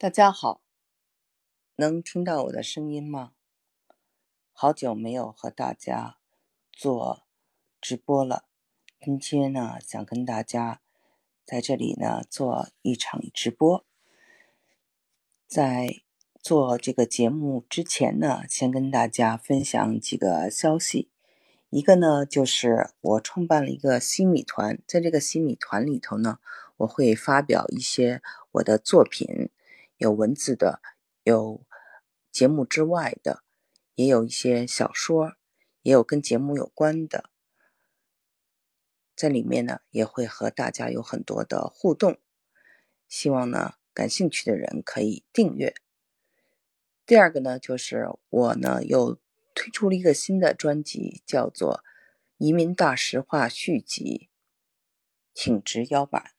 大家好，能听到我的声音吗？好久没有和大家做直播了，今天呢，想跟大家在这里呢做一场直播。在做这个节目之前呢，先跟大家分享几个消息。一个呢，就是我创办了一个新米团，在这个新米团里头呢，我会发表一些我的作品，有文字的，有节目之外的，也有一些小说，也有跟节目有关的。在里面呢，也会和大家有很多的互动，希望呢，感兴趣的人可以订阅。第二个呢，就是我呢又推出了一个新的专辑，叫做《移民大实话续集》，挺直腰板。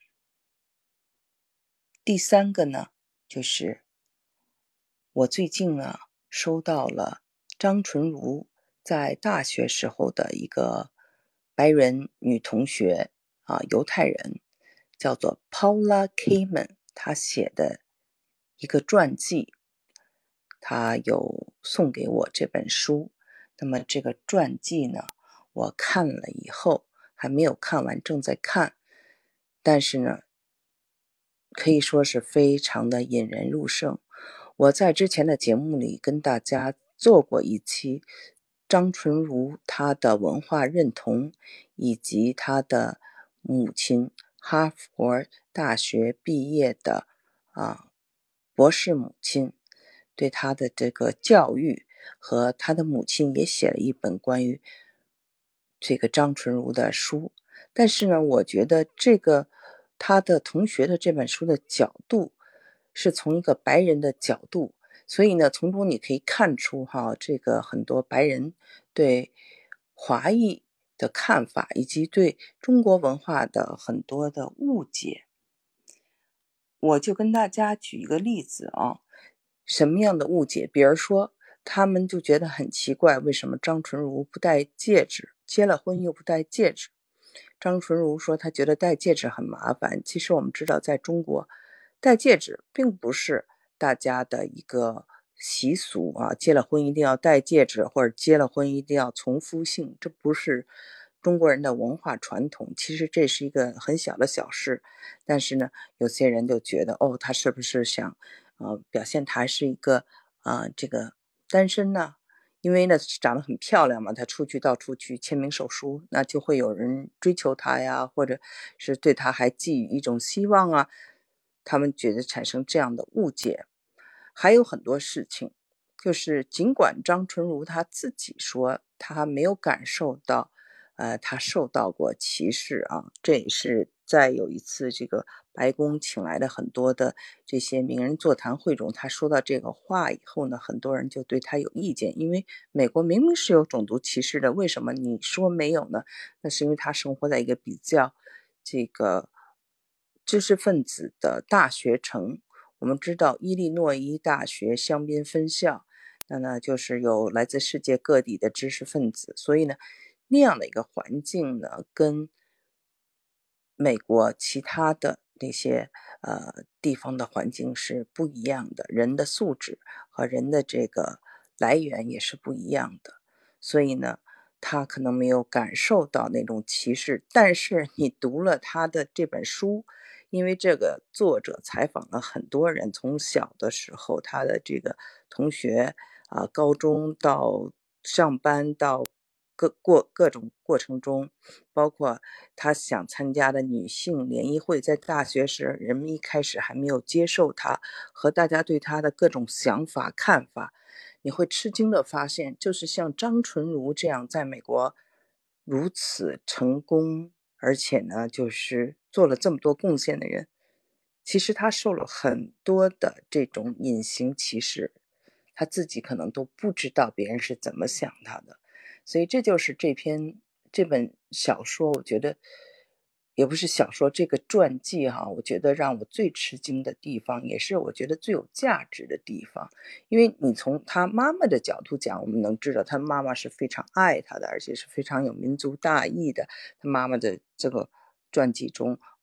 第三个呢，就是我最近呢收到了张纯如在大学时候的一个白人女同学犹太人，叫做 Paula Kamen， 她写的一个传记，她有送给我这本书。那么这个传记呢，我看了以后还没有看完，正在看，但是呢可以说是非常的引人入胜。我在之前的节目里跟大家做过一期张纯如她的文化认同，以及她的母亲哈佛大学毕业的博士母亲对她的这个教育，和她的母亲也写了一本关于这个张纯如的书。但是呢，我觉得这个他的同学的这本书的角度是从一个白人的角度，所以呢，从中你可以看出这个很多白人对华裔的看法，以及对中国文化的很多的误解。我就跟大家举一个例子什么样的误解？比如说，他们就觉得很奇怪，为什么张纯如不戴戒指，结了婚又不戴戒指？张纯如说她觉得戴戒指很麻烦。其实我们知道，在中国戴戒指并不是大家的一个习俗结了婚一定要戴戒指，或者结了婚一定要从夫姓，这不是中国人的文化传统。其实这是一个很小的小事，但是呢，有些人就觉得他是不是想表现他是一个这个单身呢？因为呢长得很漂亮嘛，她到处去签名手书，那就会有人追求她呀，或者是对她还寄予一种希望他们觉得产生这样的误解。还有很多事情，就是尽管张纯如她自己说她没有感受到她受到过歧视这也是在有一次这个白宫请来的很多的这些名人座谈会中，他说到这个话以后呢，很多人就对他有意见，因为美国明明是有种族歧视的，为什么你说没有呢？那是因为他生活在一个比较这个知识分子的大学城。我们知道伊利诺伊大学香槟分校，那呢就是有来自世界各地的知识分子，所以呢那样的一个环境呢，跟美国其他的那些地方的环境是不一样的，人的素质和人的这个来源也是不一样的，所以呢他可能没有感受到那种歧视。但是你读了他的这本书，因为这个作者采访了很多人，从小的时候他的这个同学高中到上班到各种过程中，包括他想参加的女性联谊会，在大学时人们一开始还没有接受他，和大家对他的各种想法看法，你会吃惊的发现，就是像张纯如这样在美国如此成功，而且呢就是做了这么多贡献的人，其实他受了很多的这种隐形歧视，他自己可能都不知道别人是怎么想他的。所以这就是这本小说，我觉得也不是小说，这个传记我觉得让我最吃惊的地方，也是我觉得最有价值的地方。因为你从他妈妈的角度讲，我们能知道他妈妈是非常爱他的，而且是非常有民族大义的。他妈妈的这个传记中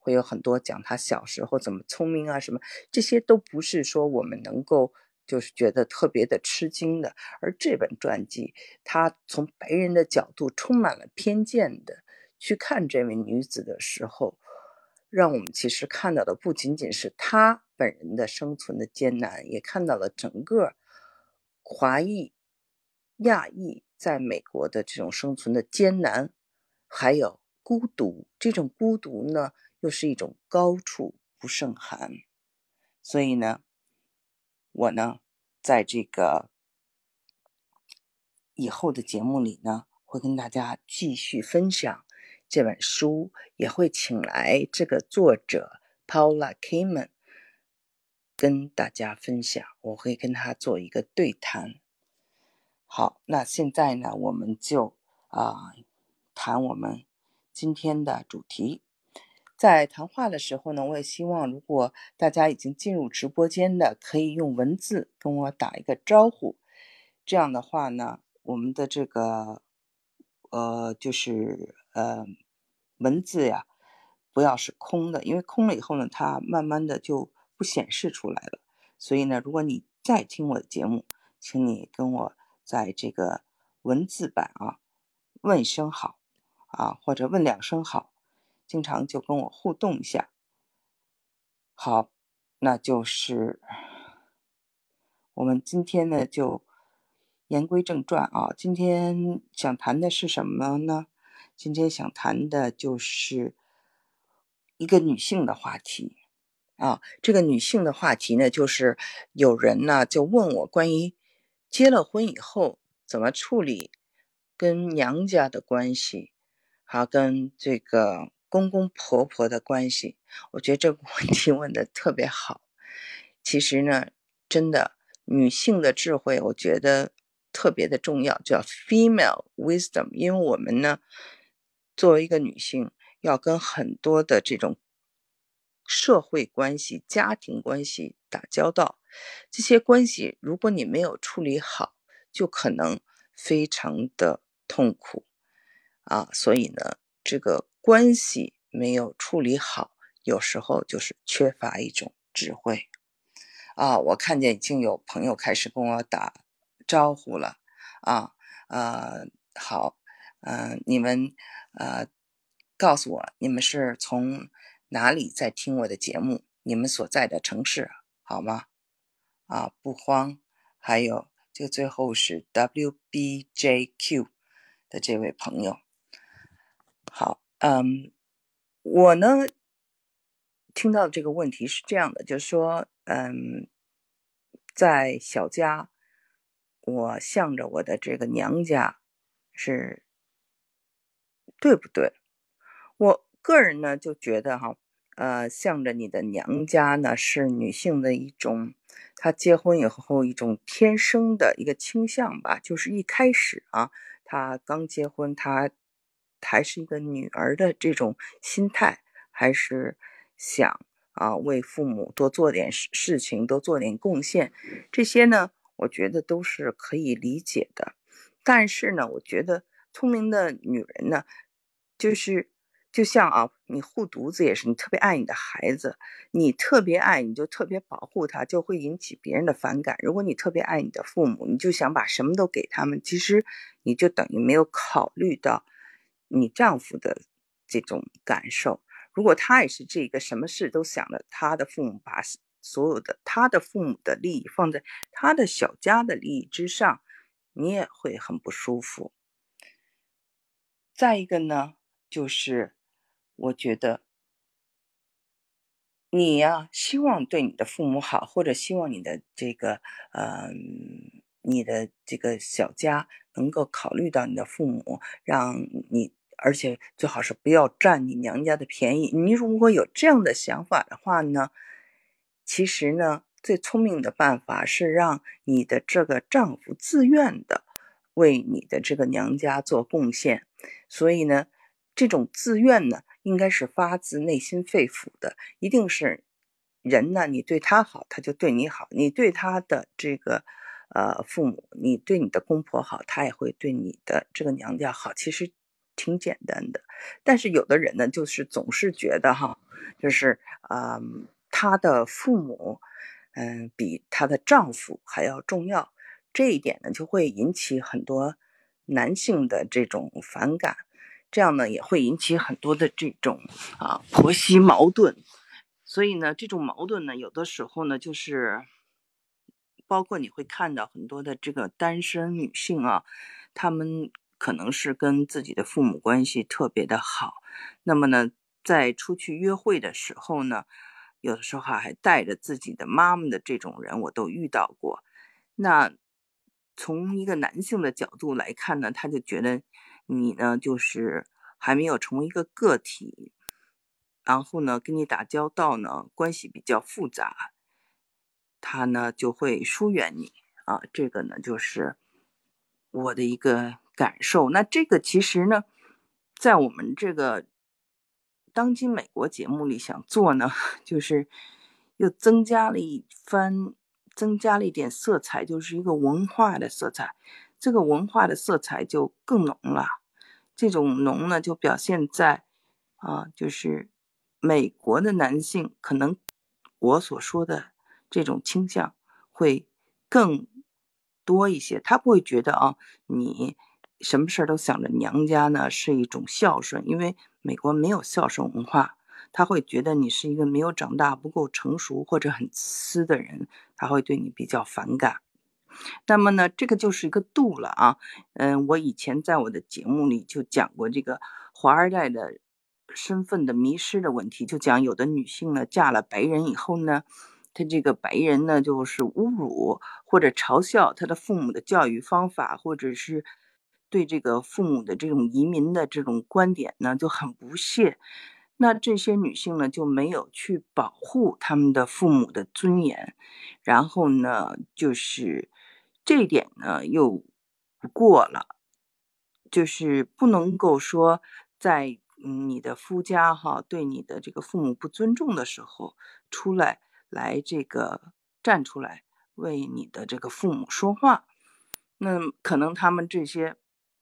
会有很多讲他小时候怎么聪明啊什么，这些都不是说我们能够就是觉得特别的吃惊的。而这本传记，他从白人的角度充满了偏见的去看这位女子的时候，让我们其实看到的不仅仅是她本人的生存的艰难，也看到了整个华裔、亚裔在美国的这种生存的艰难，还有孤独。这种孤独呢，又是一种高处不胜寒。所以呢，我呢，在这个以后的节目里呢，会跟大家继续分享这本书，也会请来这个作者 Paula Kamen 跟大家分享，我会跟他做一个对谈。好，那现在呢，我们就谈我们今天的主题。在谈话的时候呢，我也希望如果大家已经进入直播间的，可以用文字跟我打一个招呼。这样的话呢，我们的这个文字呀，不要是空的，因为空了以后呢，它慢慢的就不显示出来了。所以呢，如果你再听我的节目，请你跟我在这个文字版问一声好或者问2声好，经常就跟我互动一下。好，那就是我们今天呢就言归正传今天想谈的是什么呢？今天想谈的就是一个女性的话题这个女性的话题呢，就是有人呢就问我关于结了婚以后怎么处理跟娘家的关系，跟这个公公婆婆的关系。我觉得这个问题问得特别好。其实呢，真的女性的智慧，我觉得特别的重要，叫 female wisdom。因为我们呢，作为一个女性，要跟很多的这种社会关系、家庭关系打交道，这些关系如果你没有处理好，就可能非常的痛苦所以呢，这个关系没有处理好，有时候就是缺乏一种智慧我看见已经有朋友开始跟我打招呼了好你们告诉我你们是从哪里在听我的节目，你们所在的城市好吗？不慌。还有这个最后是 WBJQ 的这位朋友。好，我呢听到这个问题是这样的，就是说在小家我向着我的这个娘家是对不对？我个人呢就觉得向着你的娘家呢是女性的一种，她结婚以后一种天生的一个倾向吧。就是一开始她刚结婚，她还是一个女儿的这种心态，还是想为父母多做点事情，多做点贡献，这些呢我觉得都是可以理解的。但是呢，我觉得聪明的女人呢，就像你护犊子也是，你特别爱你的孩子，你特别爱你就特别保护他，就会引起别人的反感。如果你特别爱你的父母，你就想把什么都给他们，其实你就等于没有考虑到你丈夫的这种感受。如果他也是这个什么事都想着他的父母，把所有的他的父母的利益放在他的小家的利益之上，你也会很不舒服。再一个呢，就是我觉得你希望对你的父母好，或者希望你的这个小家能够考虑到你的父母，让你，而且最好是不要占你娘家的便宜。你如果有这样的想法的话呢，其实呢，最聪明的办法是让你的这个丈夫自愿的为你的这个娘家做贡献。所以呢，这种自愿呢，应该是发自内心肺腑的，一定是人呢，你对他好，他就对你好；你对他的这个父母，你对你的公婆好，他也会对你的这个娘家好。其实挺简单的。但是有的人呢，就是总是觉得就是她的父母比她的丈夫还要重要，这一点呢就会引起很多男性的这种反感，这样呢也会引起很多的这种婆媳矛盾。所以呢这种矛盾呢有的时候呢就是包括你会看到很多的这个单身女性她们可能是跟自己的父母关系特别的好，那么呢在出去约会的时候呢，有的时候还带着自己的妈妈的这种人我都遇到过。那从一个男性的角度来看呢，他就觉得你呢就是还没有成为一个个体，然后呢跟你打交道呢关系比较复杂，他呢就会疏远你这个呢就是我的一个感受。那这个其实呢在我们这个当今美国节目里想做呢，就是又增加了一点色彩，就是一个文化的色彩。这个文化的色彩就更浓了，这种浓呢就表现在就是美国的男性可能我所说的这种倾向会更多一些，他不会觉得你什么事都想着娘家呢是一种孝顺，因为美国没有孝顺文化，他会觉得你是一个没有长大、不够成熟或者很自私的人，他会对你比较反感。那么呢，这个就是一个度了我以前在我的节目里就讲过这个华二代的身份的迷失的问题，就讲有的女性呢嫁了白人以后呢，她这个白人呢就是侮辱或者嘲笑她的父母的教育方法，或者是对这个父母的这种移民的这种观点呢就很不屑。那这些女性呢就没有去保护他们的父母的尊严，然后呢就是这一点呢又过了，就是不能够说在你的夫家对你的这个父母不尊重的时候来这个站出来为你的这个父母说话。那可能他们这些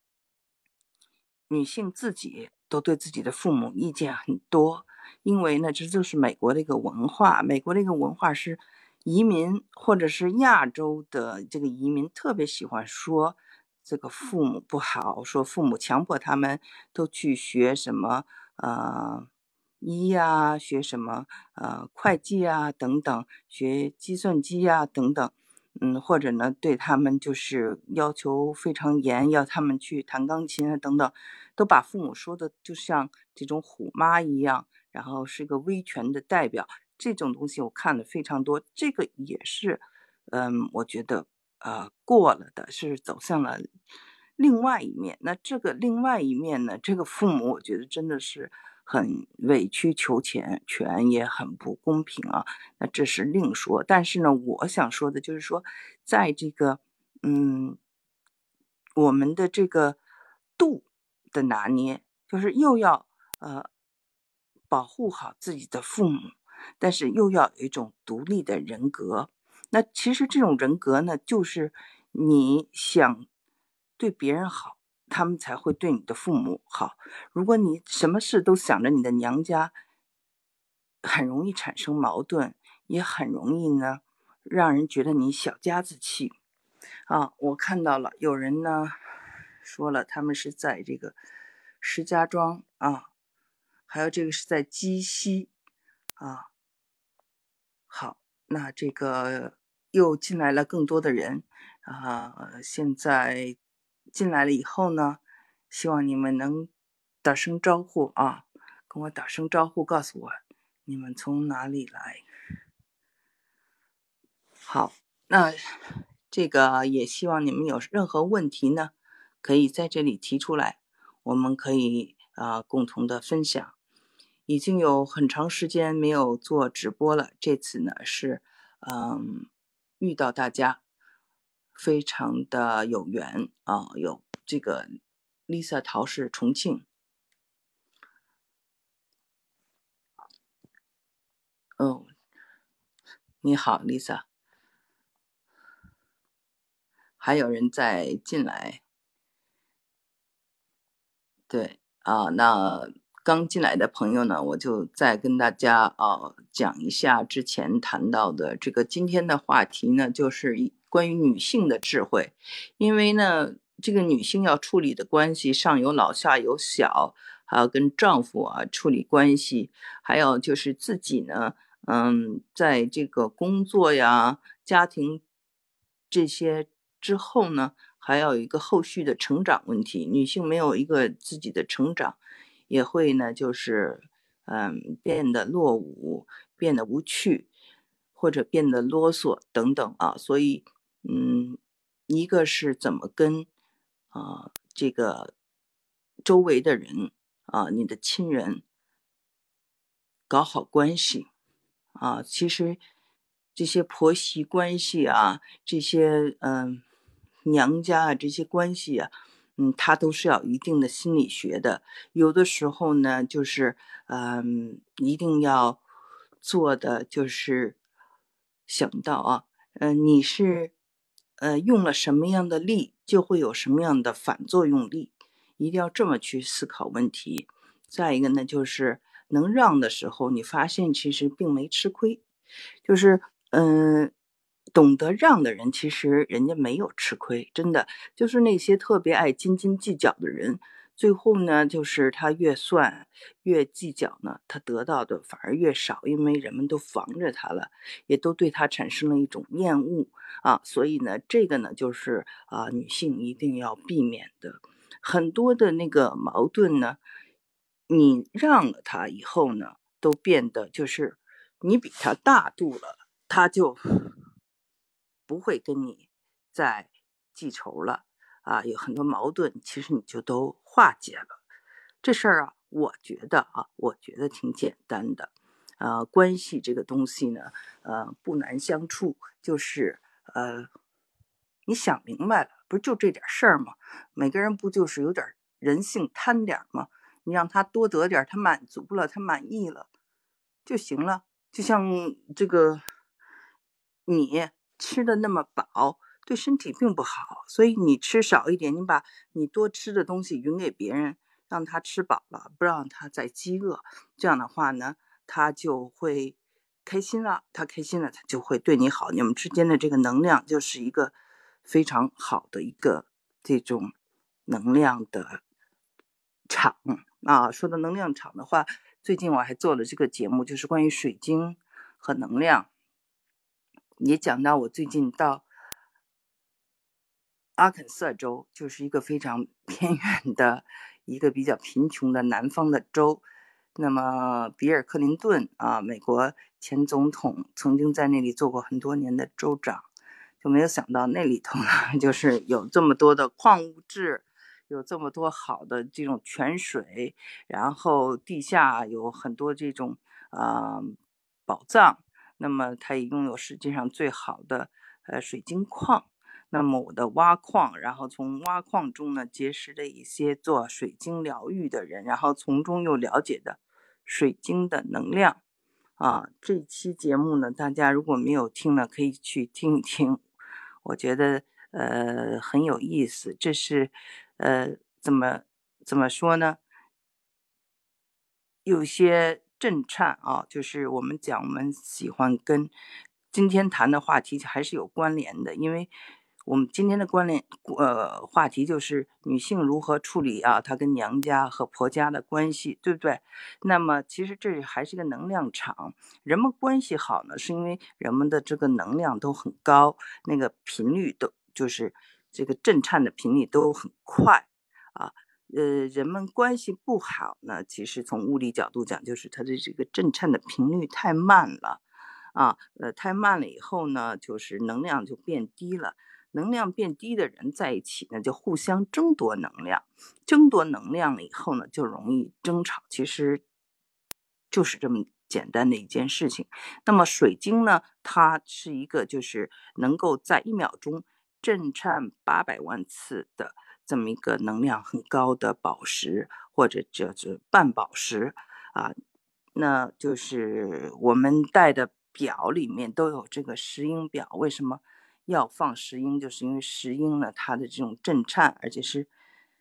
女性自己都对自己的父母意见很多，因为呢这就是美国的一个文化，美国的一个文化是移民或者是亚洲的这个移民特别喜欢说这个父母不好，说父母强迫他们都去学什么医学什么会计等等，学计算机等等。或者呢对他们就是要求非常严，要他们去弹钢琴等等，都把父母说的就像这种虎妈一样，然后是个威权的代表。这种东西我看的非常多，这个也是我觉得过了的，是走向了另外一面。那这个另外一面呢，这个父母我觉得真的是很委曲求全，也很不公平那这是另说。但是呢我想说的就是说，在这个我们的这个度的拿捏，就是又要保护好自己的父母，但是又要有一种独立的人格。那其实这种人格呢，就是你想对别人好，他们才会对你的父母好。如果你什么事都想着你的娘家，很容易产生矛盾，也很容易呢让人觉得你小家子气我看到了有人呢说了，他们是在这个石家庄还有这个是在鸡西好，那这个又进来了更多的人现在进来了以后呢，希望你们能打声招呼跟我打声招呼，告诉我你们从哪里来。好，那这个也希望你们有任何问题呢，可以在这里提出来，我们可以共同的分享。已经有很长时间没有做直播了，这次呢是遇到大家非常的有缘有这个 Lisa 陶氏重庆你好 Lisa， 还有人在进来，对那刚进来的朋友呢，我就再跟大家讲一下之前谈到的这个今天的话题呢，就是关于女性的智慧。因为呢，这个女性要处理的关系，上有老下有小，还要跟丈夫处理关系，还有就是自己呢，在这个工作呀、家庭这些之后呢，还要有一个后续的成长问题。女性没有一个自己的成长，也会呢就是变得落伍，变得无趣，或者变得啰嗦等等所以一个是怎么跟这个周围的人你的亲人搞好关系其实这些婆媳关系这些娘家这些关系它都是要一定的心理学的。有的时候呢，就是一定要做的就是想到你是用了什么样的力，就会有什么样的反作用力，一定要这么去思考问题。再一个呢，就是能让的时候，你发现其实并没吃亏，就是懂得让的人，其实人家没有吃亏，真的就是那些特别爱斤斤计较的人，最后呢，就是他越算越计较呢，他得到的反而越少，因为人们都防着他了，也都对他产生了一种厌恶所以呢，这个呢，就是女性一定要避免的。很多的那个矛盾呢，你让了他以后呢，都变得就是你比他大度了，他就不会跟你再记仇了有很多矛盾其实你就都化解了。这事儿我觉得挺简单的关系这个东西呢不难相处，就是你想明白了，不是就这点事儿吗？每个人不就是有点人性贪点吗？你让他多得点，他满足了，他满意了就行了。就像这个你吃的那么饱，对身体并不好，所以你吃少一点，你把你多吃的东西匀给别人，让他吃饱了，不让他再饥饿。这样的话呢，他就会开心了，他开心了，他就会对你好。你们之间的这个能量就是一个非常好的一个这种能量的场说到能量场的话，最近我还做了这个节目，就是关于水晶和能量，也讲到我最近到阿肯色州，就是一个非常偏远的一个比较贫穷的南方的州。那么比尔·克林顿美国前总统曾经在那里做过很多年的州长，就没有想到那里头呢，就是有这么多的矿物质，有这么多好的这种泉水，然后地下有很多这种宝藏。那么它也拥有世界上最好的水晶矿。那么我的挖矿，然后从挖矿中呢结识了一些做水晶疗愈的人，然后从中又了解的水晶的能量这期节目呢，大家如果没有听呢，可以去听一听，我觉得很有意思。这是怎么说呢？有些震颤就是我们讲我们喜欢跟今天谈的话题还是有关联的，因为我们今天的话题就是女性如何处理她跟娘家和婆家的关系，对不对？那么其实这还是个能量场，人们关系好呢，是因为人们的这个能量都很高，那个频率都就是这个震颤的频率都很快人们关系不好呢，其实从物理角度讲，就是它的这个震颤的频率太慢了太慢了以后呢，就是能量就变低了。能量变低的人在一起呢，就互相争夺能量，争夺能量了以后呢，就容易争吵。其实就是这么简单的一件事情。那么水晶呢，它是一个就是能够在1秒钟震颤800万次的这么一个能量很高的宝石，或者叫做半宝石那就是我们戴的表里面都有这个石英表。为什么要放石英？就是因为石英呢，它的这种震颤，而且是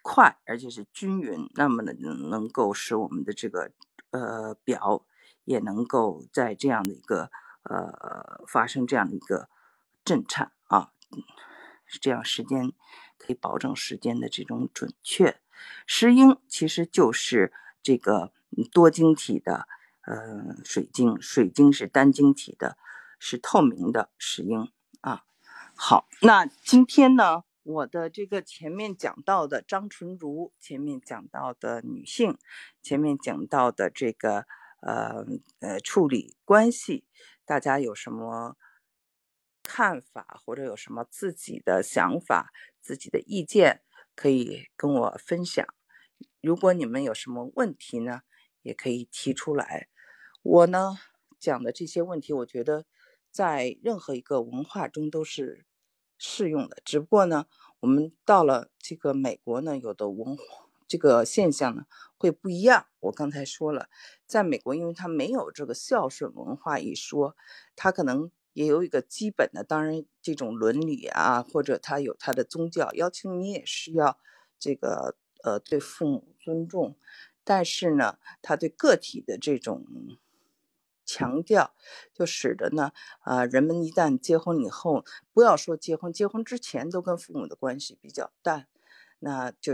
快，而且是均匀，那么呢能够使我们的这个表也能够在这样的一个发生这样的一个震颤啊，这样时间可以保证时间的这种准确。石英其实就是这个多晶体的水晶，水晶是单晶体的，是透明的石英啊。好，那今天呢，我的这个前面讲到的张纯如，前面讲到的女性，前面讲到的这个处理关系，大家有什么看法，或者有什么自己的想法、自己的意见，可以跟我分享。如果你们有什么问题呢，也可以提出来。我呢讲的这些问题，我觉得在任何一个文化中都是适用的，只不过呢，我们到了这个美国呢，有的文化这个现象呢会不一样。我刚才说了，在美国，因为它没有这个孝顺文化一说，它可能也有一个基本的，当然这种伦理啊，或者它有它的宗教要求，你也是要这个对父母尊重，但是呢，他对个体的这种强调，就使得呢，人们一旦结婚以后，不要说结婚，结婚之前都跟父母的关系比较淡，那就是，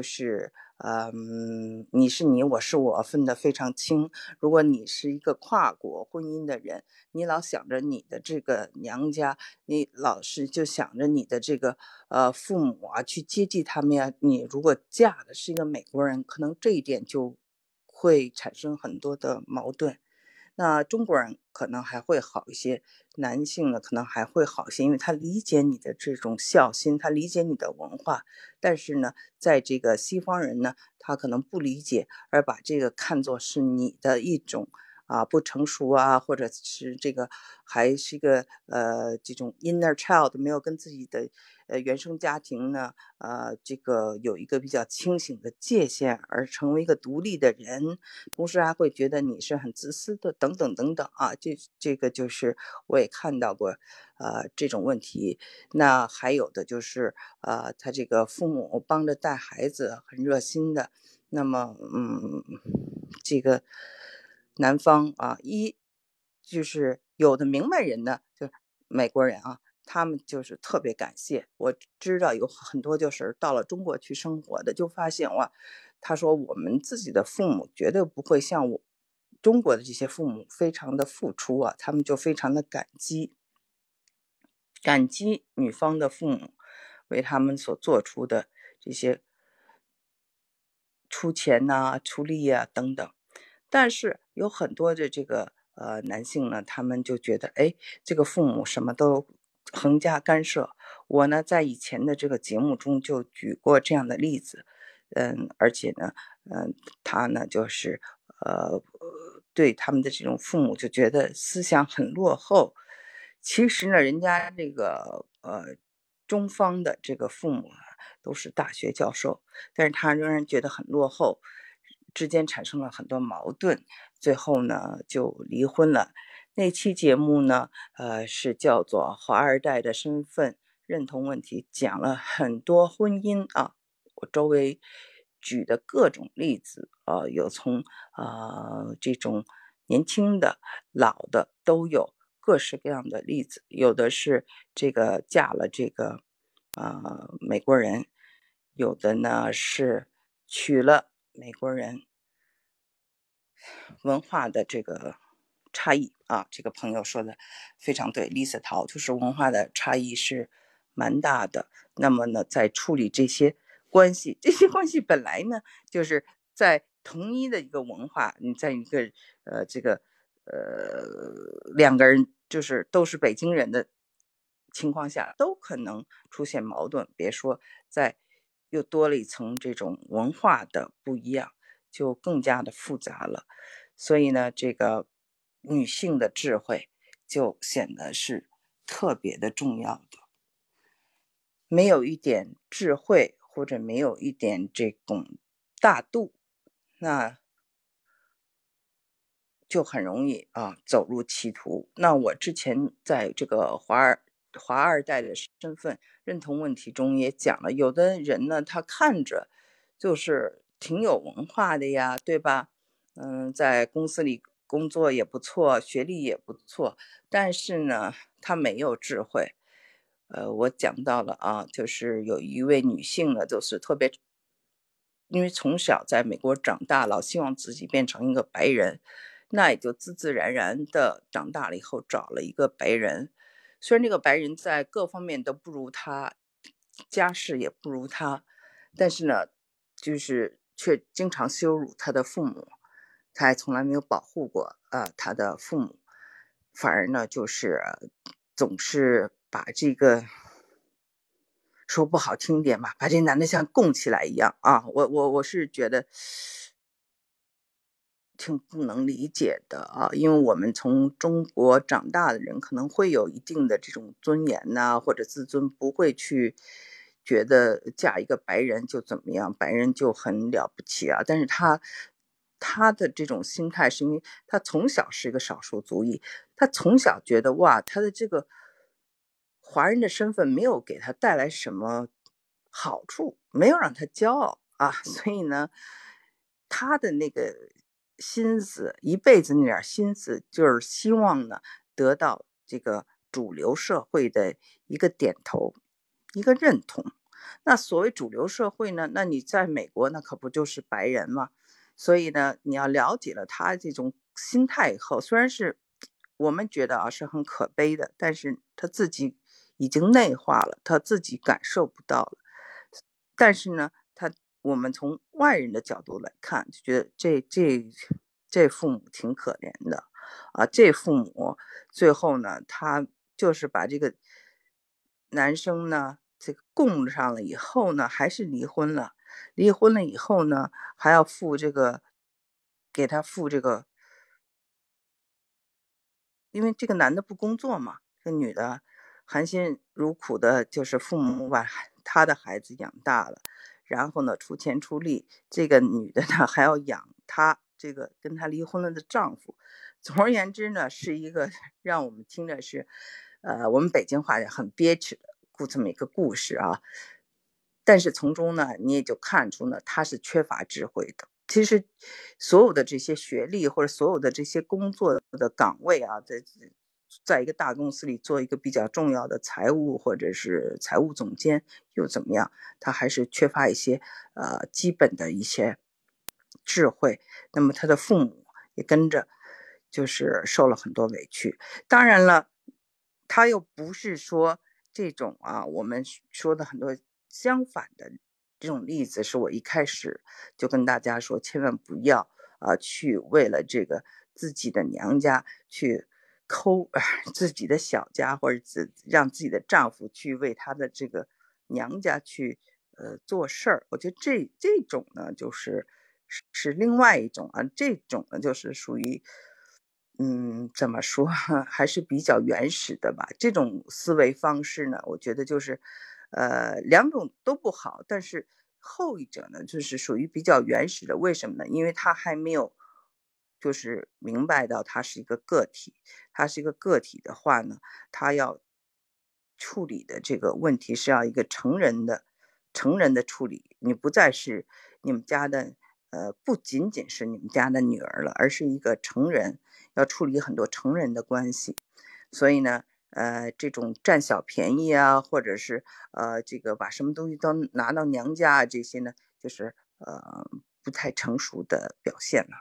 你是你，我是我，分得非常清。如果你是一个跨国婚姻的人，你老想着你的这个娘家，你老是就想着你的这个父母啊，去接济他们呀。你如果嫁的是一个美国人，可能这一点就会产生很多的矛盾。那中国人可能还会好一些，男性呢可能还会好一些，因为他理解你的这种孝心，他理解你的文化。但是呢，在这个西方人呢，他可能不理解，而把这个看作是你的一种不成熟啊，或者是这个还是一个这种 inner child 没有跟自己的原生家庭呢这个有一个比较清醒的界限，而成为一个独立的人，同时还会觉得你是很自私的，等等等等啊，这个就是我也看到过这种问题。那还有的就是他这个父母帮着带孩子很热心的，那么这个男方就是有的明白人呢，就美国人啊，他们就是特别感谢。我知道有很多就是到了中国去生活的，就发现哇，他说我们自己的父母绝对不会像我中国的这些父母非常的付出啊，他们就非常的感激女方的父母为他们所做出的这些出钱呐、出力呀、等等。但是有很多的这个男性呢，他们就觉得，哎，这个父母什么都横加干涉。我呢，在以前的这个节目中就举过这样的例子，而且呢，他呢就是对他们的这种父母就觉得思想很落后。其实呢，人家这个中方的这个父母都是大学教授，但是他仍然觉得很落后，之间产生了很多矛盾，最后呢就离婚了。那期节目呢，是叫做《华二代的身份认同问题》，讲了很多婚姻啊，我周围举的各种例子有从这种年轻的、老的都有各式各样的例子，有的是这个嫁了这个美国人，有的呢是娶了美国人，文化的这个差异啊，这个朋友说的非常对，Lisa 陶就是文化的差异是蛮大的。那么呢，在处理这些关系，这些关系本来呢就是在同一的一个文化，你在一个这个两个人就是都是北京人的情况下，都可能出现矛盾。别说在又多了一层这种文化的不一样，就更加的复杂了。所以呢，这个女性的智慧就显得是特别的重要的。没有一点智慧，或者没有一点这种大度，那就很容易走入歧途。那我之前在这个华二代的身份认同问题中也讲了，有的人呢，他看着就是挺有文化的呀，对吧？在公司里工作也不错，学历也不错，但是呢，她没有智慧。我讲到了啊，就是有一位女性呢，就是特别，因为从小在美国长大，老希望自己变成一个白人，那也就自自然然的长大了以后找了一个白人，虽然这个白人在各方面都不如他，家世也不如他，但是呢，就是却经常羞辱他的父母，他还从来没有保护过他的父母，反而呢就是总是把这个说不好听点吧，把这男的像供起来一样啊！我是觉得挺不能理解的啊，因为我们从中国长大的人，可能会有一定的这种尊严呐、或者自尊，不会去觉得嫁一个白人就怎么样，白人就很了不起啊。但是他的这种心态，是因为他从小是一个少数族裔，他从小觉得哇，他的这个华人的身份没有给他带来什么好处，没有让他骄傲啊，所以呢，他的那个心思，一辈子那点心思，就是希望呢得到这个主流社会的一个点头，一个认同。那所谓主流社会呢，那你在美国那可不就是白人吗？所以呢，你要了解了他这种心态以后，虽然是我们觉得是很可悲的，但是他自己已经内化了，他自己感受不到了。但是呢，我们从外人的角度来看，就觉得这父母挺可怜的啊，这父母最后呢，他就是把这个男生呢，这个供上了以后呢，还是离婚了。离婚了以后呢，还要给他付这个，因为这个男的不工作嘛，这个女的含辛茹苦的，就是父母把他的孩子养大了，然后呢出钱出力，这个女的呢还要养他这个跟他离婚了的丈夫。总而言之呢，是一个让我们听着是，我们北京话也很憋屈的这么一个故事啊。但是从中呢，你也就看出呢，他是缺乏智慧的。其实，所有的这些学历或者所有的这些工作的岗位啊，在一个大公司里做一个比较重要的财务或者是财务总监又怎么样？他还是缺乏一些基本的一些智慧。那么他的父母也跟着就是受了很多委屈。当然了，他又不是说这种我们说的很多相反的这种例子，是我一开始就跟大家说，千万不要去为了这个自己的娘家去抠自己的小家，或者让自己的丈夫去为他的这个娘家去做事儿。我觉得这种呢，是另外一种这种呢就是属于怎么说，还是比较原始的吧。这种思维方式呢，我觉得就是两种都不好，但是后一者呢，就是属于比较原始的。为什么呢？因为他还没有就是明白到他是一个个体，他是一个个体的话呢，他要处理的这个问题是要一个成人的处理，你不再是你们家的不仅仅是你们家的女儿了，而是一个成人，要处理很多成人的关系。所以呢，这种占小便宜啊，或者是这个把什么东西都拿到娘家这些呢，就是不太成熟的表现了。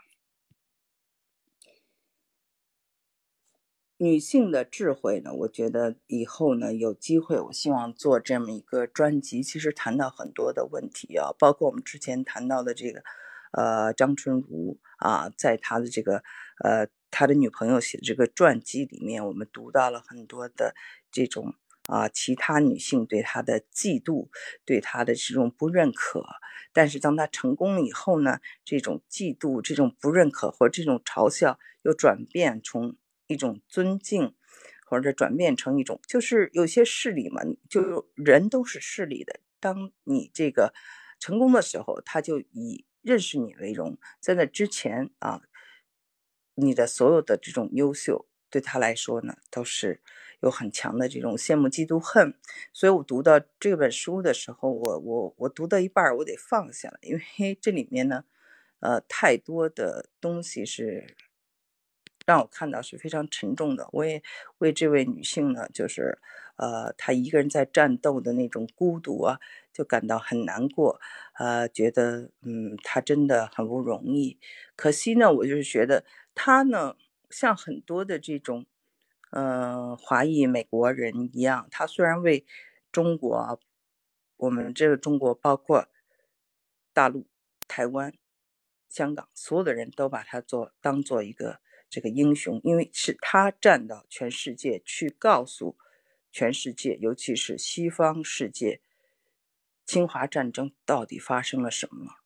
女性的智慧呢，我觉得以后呢有机会，我希望做这么一个专辑。其实谈到很多的问题包括我们之前谈到的这个，张春如在他的这个他的女朋友写的这个传记里面，我们读到了很多的这种其他女性对他的嫉妒，对他的这种不认可。但是当他成功了以后呢，这种嫉妒、这种不认可或者这种嘲笑，又转变从一种尊敬，或者转变成一种，就是有些势力嘛，就人都是势利的。当你这个成功的时候，他就以认识你为荣。在那之前你的所有的这种优秀，对他来说呢，都是有很强的这种羡慕嫉妒恨。所以我读到这本书的时候，我读到一半我得放下了，因为这里面呢太多的东西是让我看到是非常沉重的。我也为这位女性呢，就是她一个人在战斗的那种孤独啊，就感到很难过，觉得她真的很不容易。可惜呢，我就是觉得她呢，像很多的这种华裔美国人一样，她虽然为中国啊，我们这个中国包括大陆、台湾、香港，所有的人都把他当做一个这个英雄，因为是他站到全世界去告诉全世界，尤其是西方世界，侵华战争到底发生了什么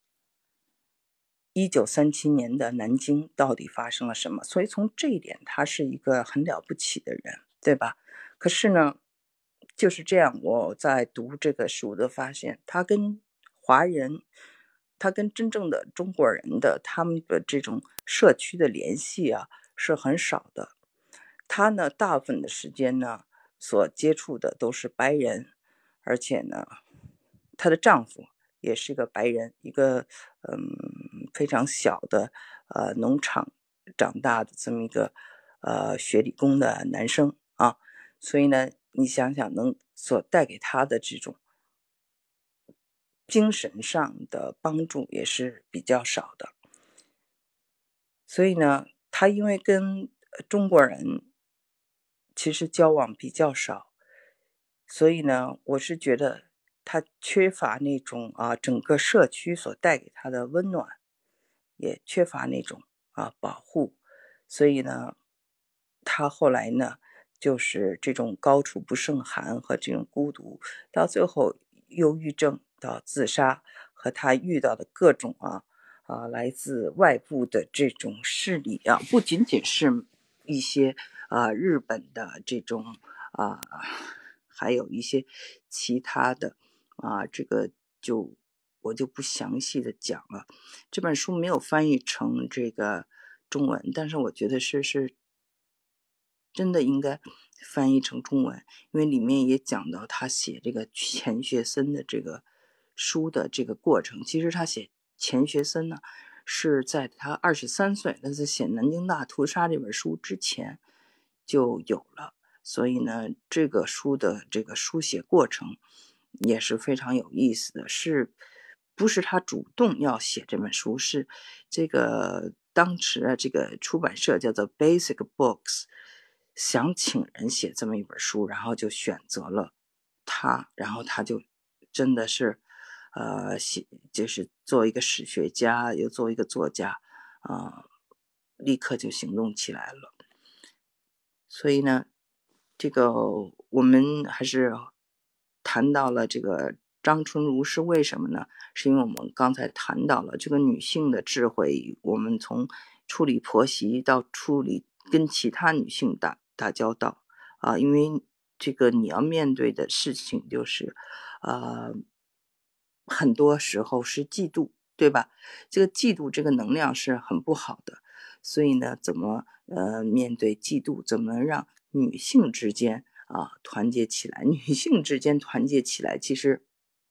，1937年的南京到底发生了什么。所以从这一点，他是一个很了不起的人，对吧？可是呢，就是这样，我在读这个书的发现，他跟华人，他跟真正的中国人的他们的这种社区的联系啊是很少的。他呢，大部分的时间呢所接触的都是白人，而且呢，她的丈夫也是一个白人，一个非常小的农场长大的这么一个学理工的男生啊。所以呢，你想想能所带给他的这种精神上的帮助也是比较少的。所以呢，他因为跟中国人其实交往比较少，所以呢，我是觉得他缺乏那种整个社区所带给他的温暖，也缺乏那种保护。所以呢，他后来呢，就是这种高处不胜寒和这种孤独，到最后忧郁症到自杀，和他遇到的各种来自外部的这种势力啊，不仅仅是一些日本的这种还有一些其他的这个我就不详细的讲了。这本书没有翻译成这个中文，但是我觉得是真的应该翻译成中文，因为里面也讲到他写这个钱学森的这个书的这个过程。其实他写钱学森呢，是在他23岁，那在写南京大屠杀这本书之前就有了。所以呢，这个书的这个书写过程也是非常有意思的，不是他主动要写这本书，是这个当时这个出版社叫做 Basic Books 想请人写这么一本书，然后就选择了他，然后他就真的是就是做一个史学家，又做一个作家立刻就行动起来了。所以呢，这个我们还是谈到了这个张纯如是为什么呢？是因为我们刚才谈到了这个女性的智慧，我们从处理婆媳到处理跟其他女性打交道因为这个你要面对的事情就是很多时候是嫉妒，对吧？这个嫉妒这个能量是很不好的。所以呢，怎么面对嫉妒，怎么让女性之间团结起来？女性之间团结起来，其实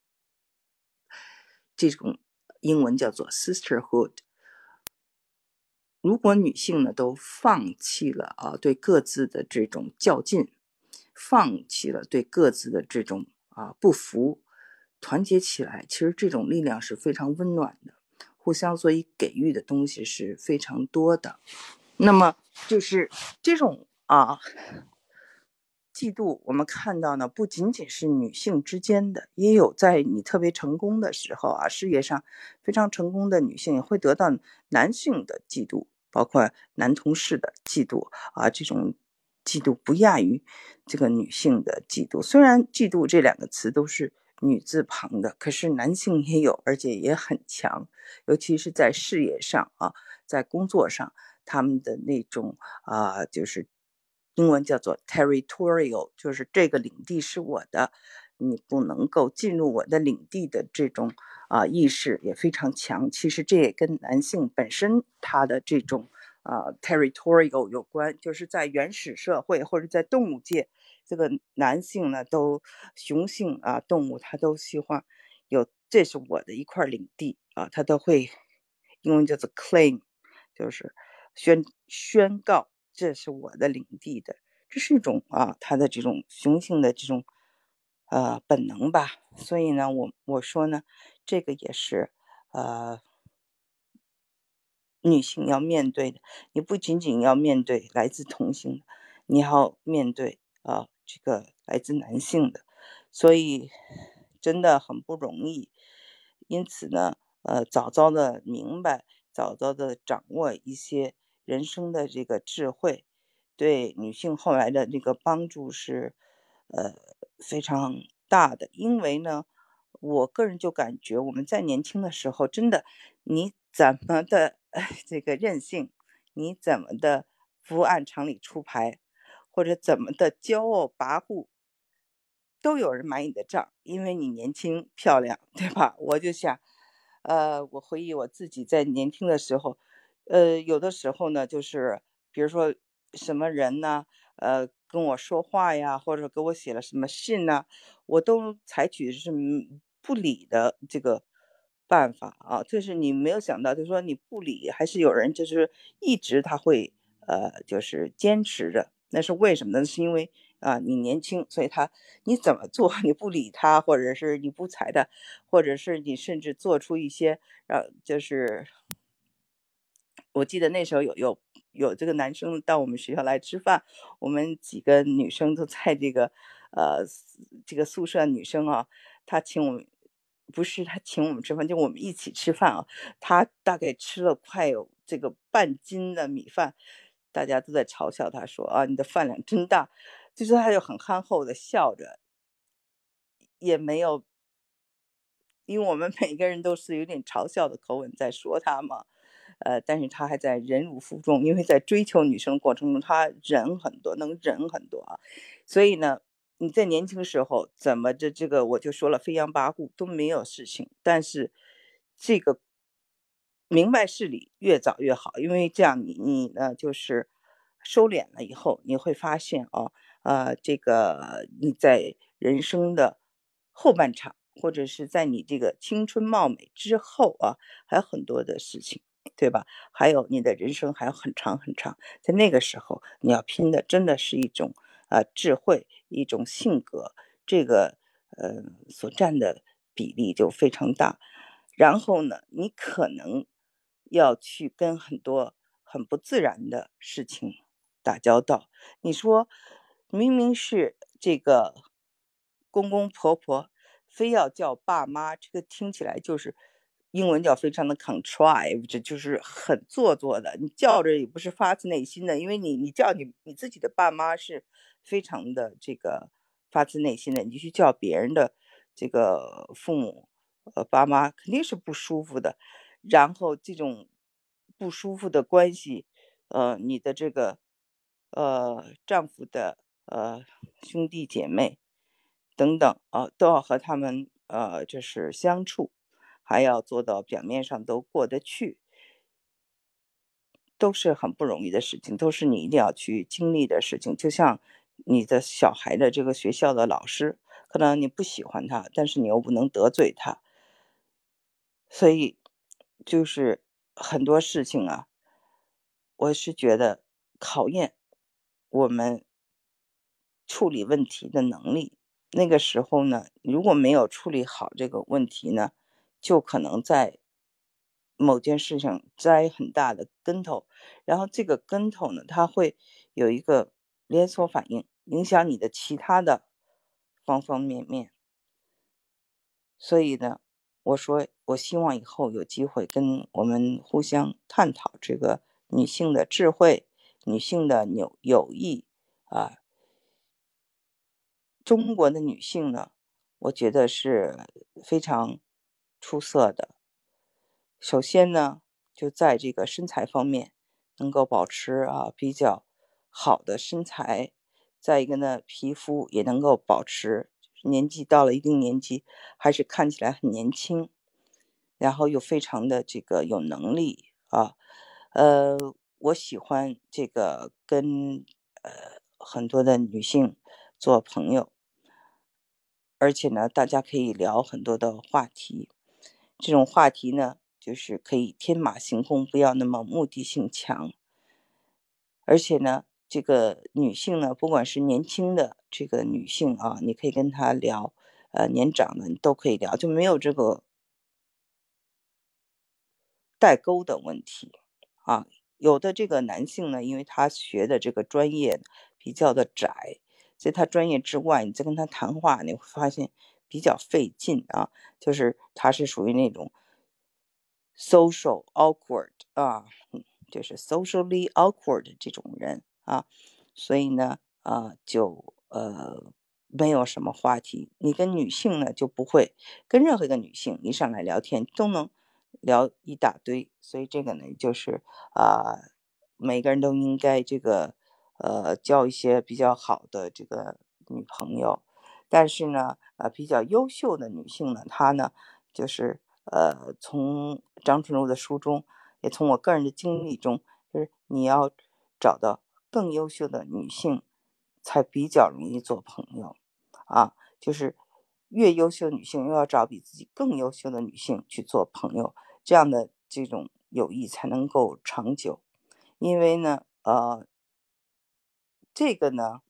这种英文叫做 sisterhood。如果女性呢都放弃了对各自的这种较劲，放弃了对各自的这种不服，团结起来，其实这种力量是非常温暖的，互相所以给予的东西是非常多的。那么就是这种嫉妒，我们看到呢，不仅仅是女性之间的，也有在你特别成功的时候事业上非常成功的女性也会得到男性的嫉妒，包括男同事的嫉妒这种嫉妒不亚于这个女性的嫉妒。虽然嫉妒这两个词都是女字旁的，可是男性也有，而且也很强，尤其是在事业上在工作上，他们的那种就是英文叫做 territorial， 就是这个领地是我的，你不能够进入我的领地的这种意识也非常强。其实这也跟男性本身他的这种territorial 有关，就是在原始社会或者在动物界这个男性呢都雄性啊动物，它都希望有这是我的一块领地啊，它都会英文叫做 claim， 就是宣告这是我的领地的，这是一种它的这种雄性的这种本能吧。所以呢，我说呢，这个也是女性要面对的。你不仅仅要面对来自同性的，你要面对这个来自男性的，所以真的很不容易。因此呢，早早的明白，早早的掌握一些人生的这个智慧，对女性后来的这个帮助是非常大的。因为呢，我个人就感觉我们在年轻的时候，真的你怎么的这个任性，你怎么的不按常理出牌，或者怎么的骄傲跋扈，都有人买你的账，因为你年轻漂亮，对吧？我就想，我回忆我自己在年轻的时候，有的时候呢，就是比如说什么人呢，跟我说话呀，或者给我写了什么信呢，我都采取的是不理的这个办法啊。就是你没有想到，就是说你不理，还是有人就是一直他会就是坚持着。那是为什么呢？是因为你年轻，所以你怎么做你不理他，或者是你不睬他，或者是你甚至做出一些就是我记得那时候有这个男生到我们学校来吃饭，我们几个女生都在这个宿舍，女生她请我们，不是她请我们吃饭，就我们一起吃饭她大概吃了快有这个半斤的米饭，大家都在嘲笑她说你的饭量真大，就是她就很憨厚的笑着，也没有，因为我们每个人都是有点嘲笑的口吻在说她嘛。但是他还在忍辱负重，因为在追求女生的过程中，他忍很多，能忍很多啊。所以呢，你在年轻时候怎么这个我就说了，飞扬跋扈都没有事情，但是这个明白事理越早越好，因为这样你呢就是收敛了以后，你会发现这个你在人生的后半场，或者是在你这个青春貌美之后还有很多的事情，对吧？还有你的人生还有很长很长，在那个时候你要拼的真的是一种智慧，一种性格，这个所占的比例就非常大。然后呢，你可能要去跟很多很不自然的事情打交道。你说明明是这个公公婆婆非要叫爸妈，这个听起来就是英文叫非常的 contrive， 这就是很做作的。你叫着也不是发自内心的，因为你叫你自己的爸妈是非常的这个发自内心的，你去叫别人的这个父母爸妈肯定是不舒服的。然后这种不舒服的关系，你的这个丈夫的兄弟姐妹等等都要和他们就是相处，还要做到表面上都过得去，都是很不容易的事情，都是你一定要去经历的事情。就像你的小孩的这个学校的老师，可能你不喜欢他，但是你又不能得罪他，所以就是很多事情我是觉得考验我们处理问题的能力。那个时候呢，如果没有处理好这个问题呢，就可能在某件事上栽很大的跟头，然后这个跟头呢，它会有一个连锁反应，影响你的其他的方方面面。所以呢，我说我希望以后有机会跟我们互相探讨这个女性的智慧、女性的友谊中国的女性呢，我觉得是非常出色的。首先呢，就在这个身材方面能够保持比较好的身材，再一个呢，皮肤也能够保持，年纪到了一定年纪还是看起来很年轻，然后又非常的这个有能力我喜欢这个跟很多的女性做朋友，而且呢，大家可以聊很多的话题。这种话题呢，就是可以天马行空，不要那么目的性强。而且呢，这个女性呢，不管是年轻的这个女性啊，你可以跟她聊，年长的你都可以聊，就没有这个代沟的问题啊。有的这个男性呢，因为他学的这个专业比较的窄，在他专业之外，你再跟他谈话，你会发现比较费劲啊。就是他是属于那种 social awkward 啊，就是 socially awkward 这种人啊，所以呢，就没有什么话题。你跟女性呢就不会，跟任何一个女性一上来聊天都能聊一大堆，所以这个呢就是每个人都应该这个交一些比较好的这个女朋友。但是呢，比较优秀的女性呢，她呢就是从张纯如的书中，也从我个人的经历中，就是你要找到更优秀的女性，才比较容易做朋友啊。就是越优秀的女性，又要找比自己更优秀的女性去做朋友，这样的这种友谊才能够长久。因为呢，这个呢，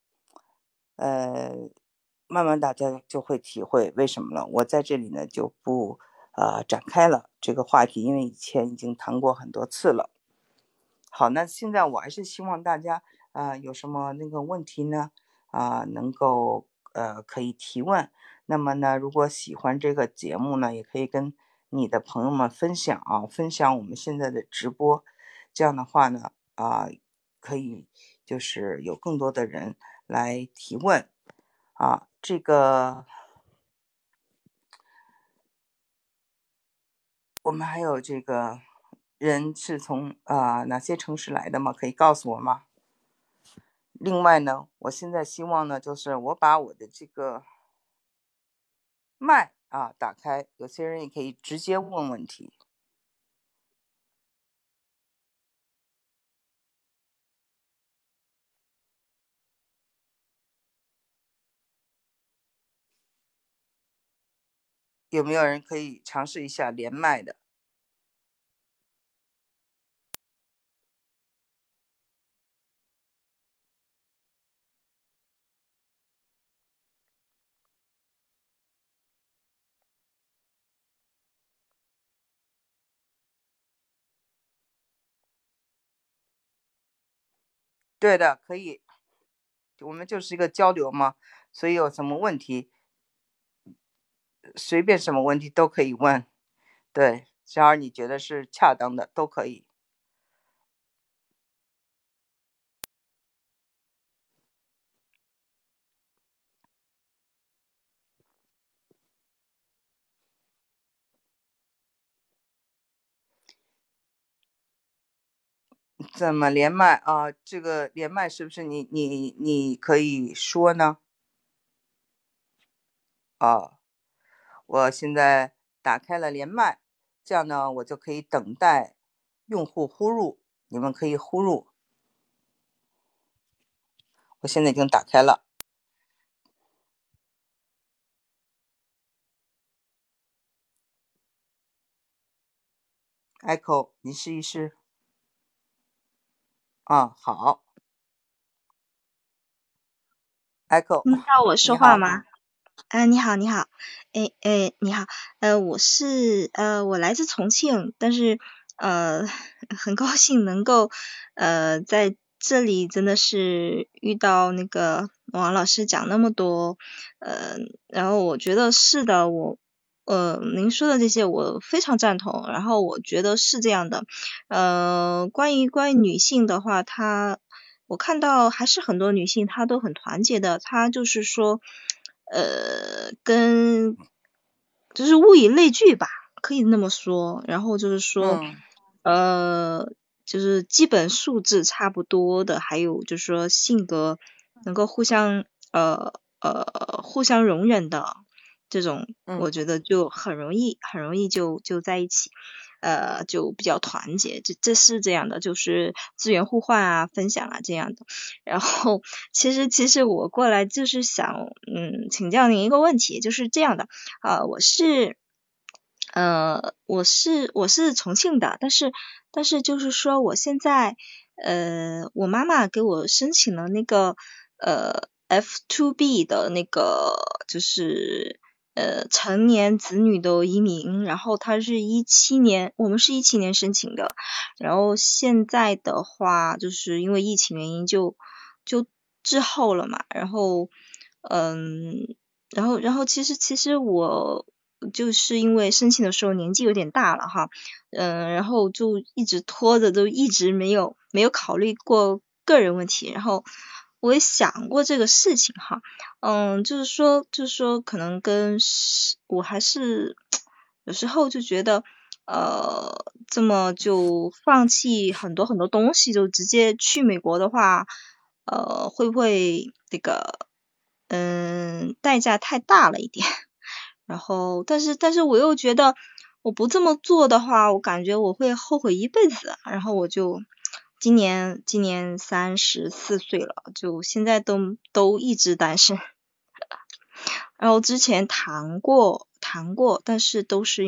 慢慢大家就会体会为什么了。我在这里呢就不展开了这个话题，因为以前已经谈过很多次了。好，那现在我还是希望大家有什么那个问题呢能够可以提问。那么呢，如果喜欢这个节目呢，也可以跟你的朋友们分享啊，分享我们现在的直播。这样的话呢可以就是有更多的人来提问啊。这个我们还有这个人是从哪些城市来的吗？可以告诉我吗？另外呢，我现在希望呢，就是我把我的这个麦打开，有些人也可以直接问问题。有没有人可以尝试一下连麦的？对的，可以。我们就是一个交流嘛，所以有什么问题，随便什么问题都可以问。对，只要你觉得是恰当的，都可以。怎么连麦啊？这个连麦是不是你可以说呢？我现在打开了连麦，这样呢，我就可以等待用户呼入，你们可以呼入。我现在已经打开了 Echo， 你试一试好 Echo， 听到我你好。 说话吗？你好，你好，你好，我来自重庆，但是很高兴能够在这里真的是遇到那个王老师讲那么多，然后我觉得是的，您说的这些我非常赞同，然后我觉得是这样的，关于女性的话，我看到还是很多女性她都很团结的，她就是说，就是物以类聚吧，可以那么说。然后就是说， 嗯就是基本素质差不多的，还有就是说性格能够互相容忍的这种， 嗯我觉得就很容易就在一起。 就比较团结，这是这样的，就是资源互换啊、分享啊这样的。然后其实我过来就是想请教您一个问题，就是这样的，我是重庆的，但是就是说我现在我妈妈给我申请了那个F2B 的那个就是成年子女的移民，然后我们是17年申请的，然后现在的话就是因为疫情原因就滞后了嘛，然后其实我就是因为申请的时候年纪有点大了哈，然后就一直拖着，都一直没有考虑过个人问题，然后我也想过这个事情哈，就是说可能我还是有时候就觉得这么就放弃很多很多东西，就直接去美国的话，会不会那个代价太大了一点？然后，但是我又觉得我不这么做的话，我感觉我会后悔一辈子。然后我就今年34岁了，就现在都一直单身。然后之前谈过，但是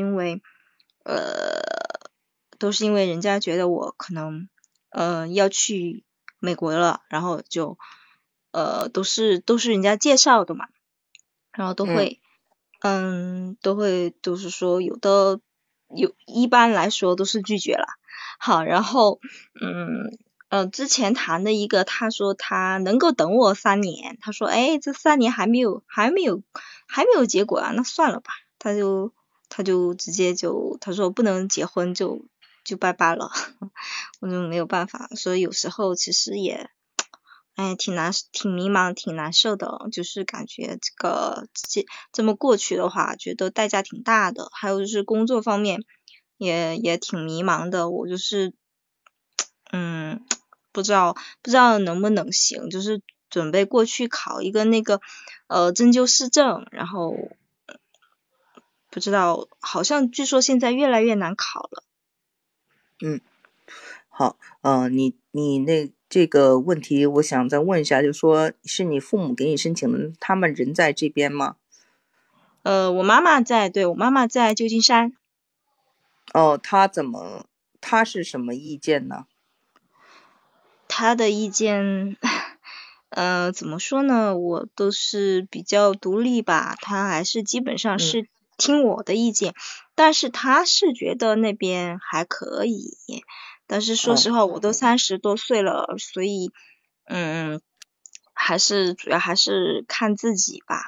都是因为人家觉得我可能要去美国了，然后就都是人家介绍的嘛，然后都是说一般来说都是拒绝了。好，然后之前谈的一个，他说他能够等我3年，他说这3年还没有结果啊，那算了吧，他就直接他说不能结婚就拜拜了，我就没有办法，所以有时候其实也挺迷茫挺难受的，就是感觉这么过去的话觉得代价挺大的，还有就是工作方面也挺迷茫的，我就是不知道能不能行，就是准备过去考一个那个针灸师证，然后不知道好像据说现在越来越难考了。 好，你这个问题，我想再问一下，就说是你父母给你申请的，他们人在这边吗？ 我妈妈在旧金山。 哦，他是什么意见呢？ 他的意见，怎么说呢？我都是比较独立吧，他还是基本上是听我的意见，但是他是觉得那边还可以，但是说实话，我都30多岁了，所以，主要还是看自己吧。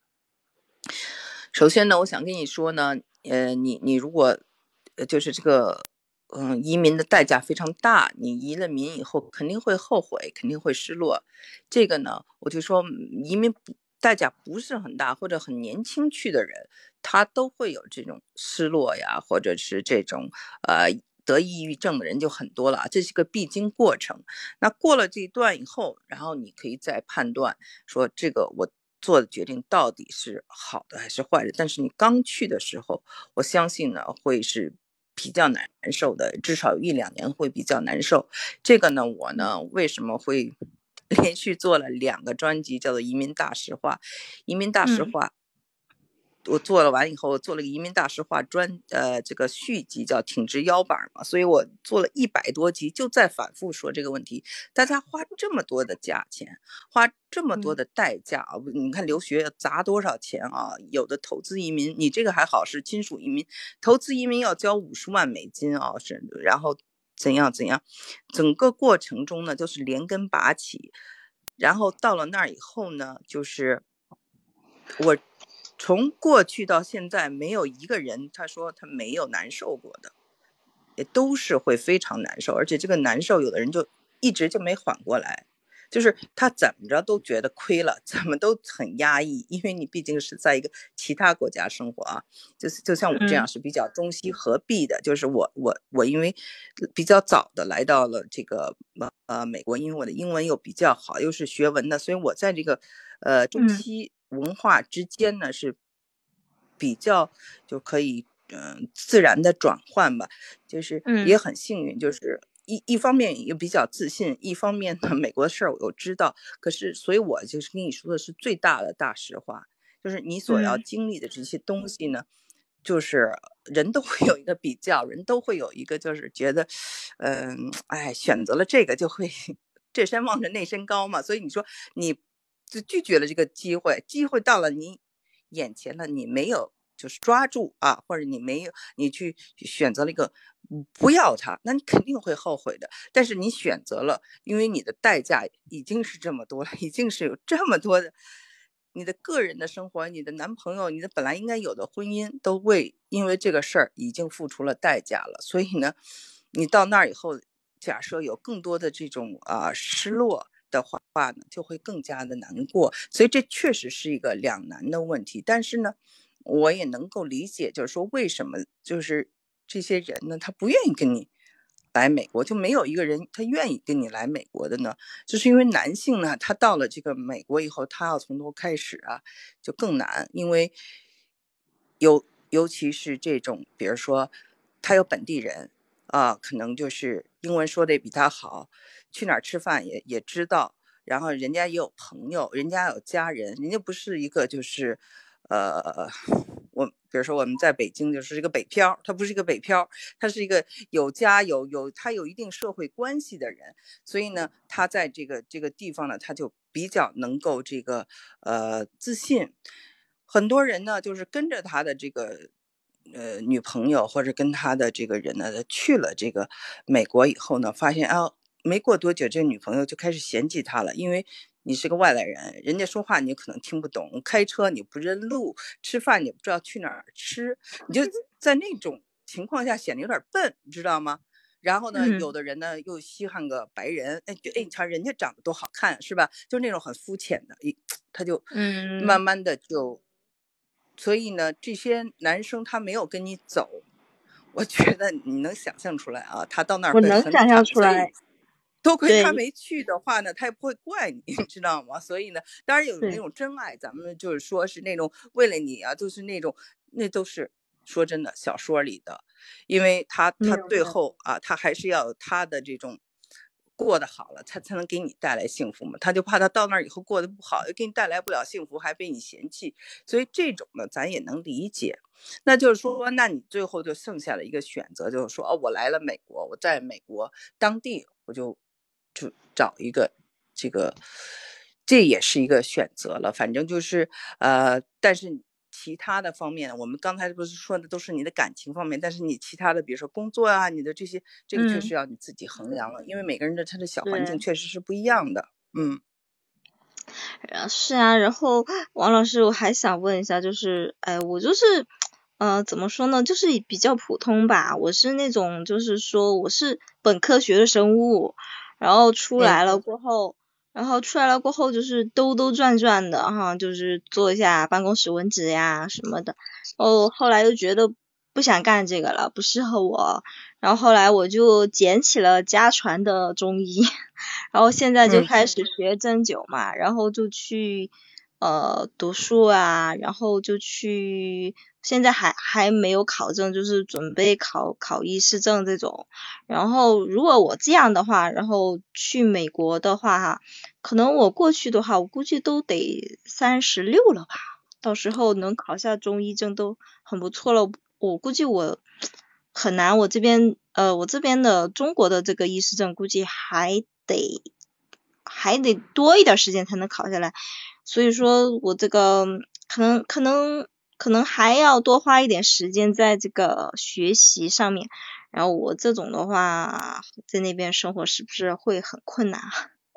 首先呢，我想跟你说呢，你如果就是这个移民的代价非常大，你移了民以后肯定会后悔，肯定会失落。这个呢，我就说移民代价不是很大，或者很年轻去的人，他都会有这种失落呀，或者是这种得抑郁症的人就很多了，这是个必经过程。那过了这一段以后，然后你可以再判断说这个我做的决定到底是好的还是坏的。但是你刚去的时候，我相信呢会是比较难受的，至少有1-2年会比较难受。这个呢，我呢为什么会连续做了2个专辑，叫做《移民大实话》。移民大实话，我做了完以后，做了个移民大实话这个续集叫挺直腰板嘛，所以我做了100多集，就在反复说这个问题。大家花这么多的价钱，花这么多的代价啊，你看留学要砸多少钱啊？有的投资移民，你这个还好是亲属移民，投资移民要交50万美金啊，然后怎样，整个过程中呢，就是连根拔起。然后到了那儿以后呢，就是我从过去到现在没有一个人他说他没有难受过的，也都是会非常难受，而且这个难受有的人就一直就没缓过来，就是他怎么着都觉得亏了，怎么都很压抑，因为你毕竟是在一个其他国家生活啊，就像我这样是比较中西合璧的，就是我因为比较早的来到了这个美国，因为我的英文又比较好，又是学文的，所以我在这个中西文化之间呢是比较就可以自然的转换吧，就是也嗯很幸运，就是一方面也比较自信，一方面呢，美国的事儿我又知道，可是所以我就是跟你说的是最大的大实话，就是你所要嗯经历的这些东西呢，就是人都会有一个比较，人都会有一个就是觉得，哎，选择了这个就会这山望着那山高嘛，所以你说你就拒绝了这个机会，机会到了你眼前了，你没有就是抓住啊，或者你没有你去选择了一个不要它，那你肯定会后悔的。但是你选择了，因为你的代价已经是这么多了，已经是有这么多的。你的个人的生活，你的男朋友，你的本来应该有的婚姻，都因为这个事儿已经付出了代价了。所以呢，你到那儿以后，假设有更多的这种失落的话呢，就会更加的难过。所以这确实是一个两难的问题。但是呢，我也能够理解，就是说为什么就是这些人呢，他不愿意跟你来美国，就没有一个人他愿意跟你来美国的呢？就是因为男性呢，他到了这个美国以后，他要从头开始啊，就更难，因为尤其是这种，比如说他有本地人啊，可能就是英文说的也比他好，去哪儿吃饭也知道，然后人家也有朋友，人家有家人，人家不是一个就是比如说我们在北京就是一个北漂，他不是一个北漂，他是一个有家他有一定社会关系的人，所以呢，他在这个地方呢，他就比较能够这个自信。很多人呢，就是跟着他的这个女朋友或者跟他的这个人呢，去了这个美国以后呢，发现啊，没过多久，这个女朋友就开始嫌弃他了，因为你是个外来人，人家说话你可能听不懂，开车你不认路，吃饭你不知道去哪儿吃，你就在那种情况下显得有点笨，你知道吗？然后呢，有嗯的人呢又稀罕个白人，哎，你瞧人家长得多好看，是吧？就那种很肤浅的，他就慢嗯， 慢的所以呢，这些男生他没有跟你走，我觉得你能想象出来啊，他到那儿我会能想象很惨，所以出来。 多亏他对没去的话呢，他也不会怪你，知道吗？所以呢，当然有那对， 种真爱，咱们就是说是那种为了你啊，就是那种那都是说真的小说里的，因为他最没有没有， 后啊，他还是要有他的这种过得好了，他才能给你带来幸福嘛。他就怕他到那儿以后过得不好，又给你带来不了幸福，还被你嫌弃，所以这种呢，咱也能理解。那就是说，那你最后就剩下了一个选择，就是说，哦，我来了美国，我在美国当地，我就找一个这个，这也是一个选择了。反正就是但是其他的方面，我们刚才不是说的都是你的感情方面，但是你其他的，比如说工作啊，你的这些，这个确嗯， 实要你自己衡量了，因为每个人的他的小环境对。 确实是不一样的。嗯是啊，然后王老师，我还想问一下，就是，哎，我就是，怎么说呢，就是比较普通吧。我是那种，就是说，我是本科学的生物，然后出嗯来了过后，就是兜兜转转的哈，就是做一下办公室文职呀什么的。后来又觉得不想干这个了，不适合我，然后后来我就捡起了家传的中医。然后现在就嗯开始学针灸嘛，然后就去读书啊，然后就去，现在还没有考证，就是准备考医师证这种。然后如果我这样的话，然后去美国的话哈，可能我过去的话，我估计都得36了吧，到时候能考下中医证都很不错了。我估计我很难，我这边的中国的这个医师证估计还得多一点时间才能考下来，所以说我这个可能还要多花一点时间在这个学习上面。然后我这种的话，在那边生活是不是会很困难啊？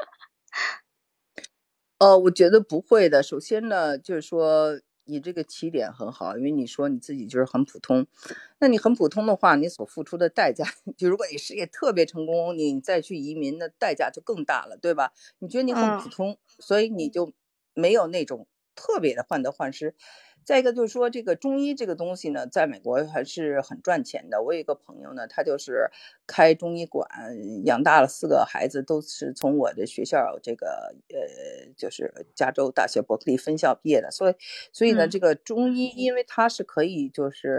我觉得不会的。首先呢，就是说你这个起点很好，因为你说你自己就是很普通，那你很普通的话，你所付出的代价，就如果你事业特别成功，你再去移民的代价就更大了，对吧？你觉得你很普嗯通，所以你就没有那种特别的患得患失。再一个就是说，这个中医这个东西呢，在美国还是很赚钱的。我有一个朋友呢，他就是开中医馆，养大了4个孩子，都是从我的学校这个就是加州大学伯克利分校毕业的。所以呢， 嗯这个中医，因为它是可以就是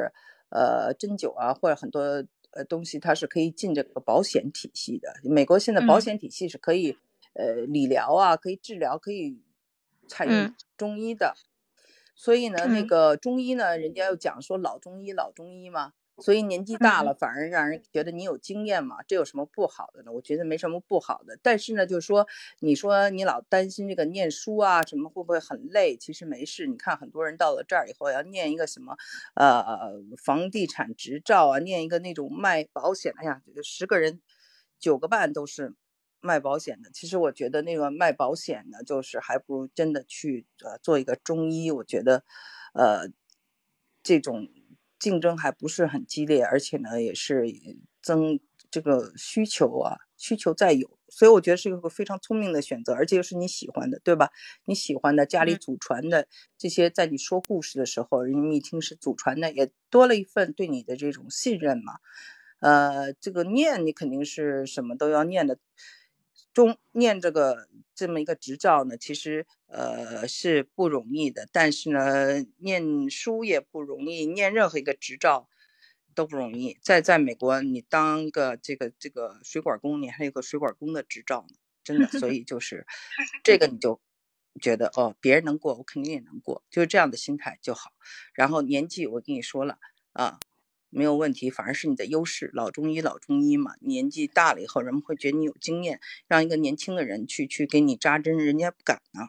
针灸啊，或者很多东西，它是可以进这个保险体系的。美国现在保险体系是可以理疗啊，可以治疗，可以采用中医的。所以呢，那个中医呢，人家又讲说老中医老中医嘛，所以年纪大了反而让人觉得你有经验嘛，这有什么不好的呢？我觉得没什么不好的。但是呢，就是说，你说你老担心这个念书啊什么会不会很累？其实没事。你看很多人到了这儿以后要念一个什么房地产执照啊，念一个那种卖保险，哎呀，这个10个人9个半都是卖保险的。其实我觉得那个卖保险呢，就是还不如真的去做一个中医。我觉得这种竞争还不是很激烈，而且呢也是增这个需求在有，所以我觉得是一个非常聪明的选择，而且又是你喜欢的，对吧？你喜欢的家里祖传的这些，在你说故事的时候，人们一听是祖传的，也多了一份对你的这种信任嘛。这个念你肯定是什么都要念的，念这么一个执照呢，其实是不容易的，但是呢，念书也不容易，念任何一个执照都不容易。在美国，你当一个这个水管工，你还有个水管工的执照呢，真的，所以就是这个你就觉得哦，别人能过，我肯定也能过，就是这样的心态就好。然后年纪我跟你说了啊。没有问题，反而是你的优势。老中医，老中医嘛，年纪大了以后，人们会觉得你有经验，让一个年轻的人去给你扎针，人家不敢呢。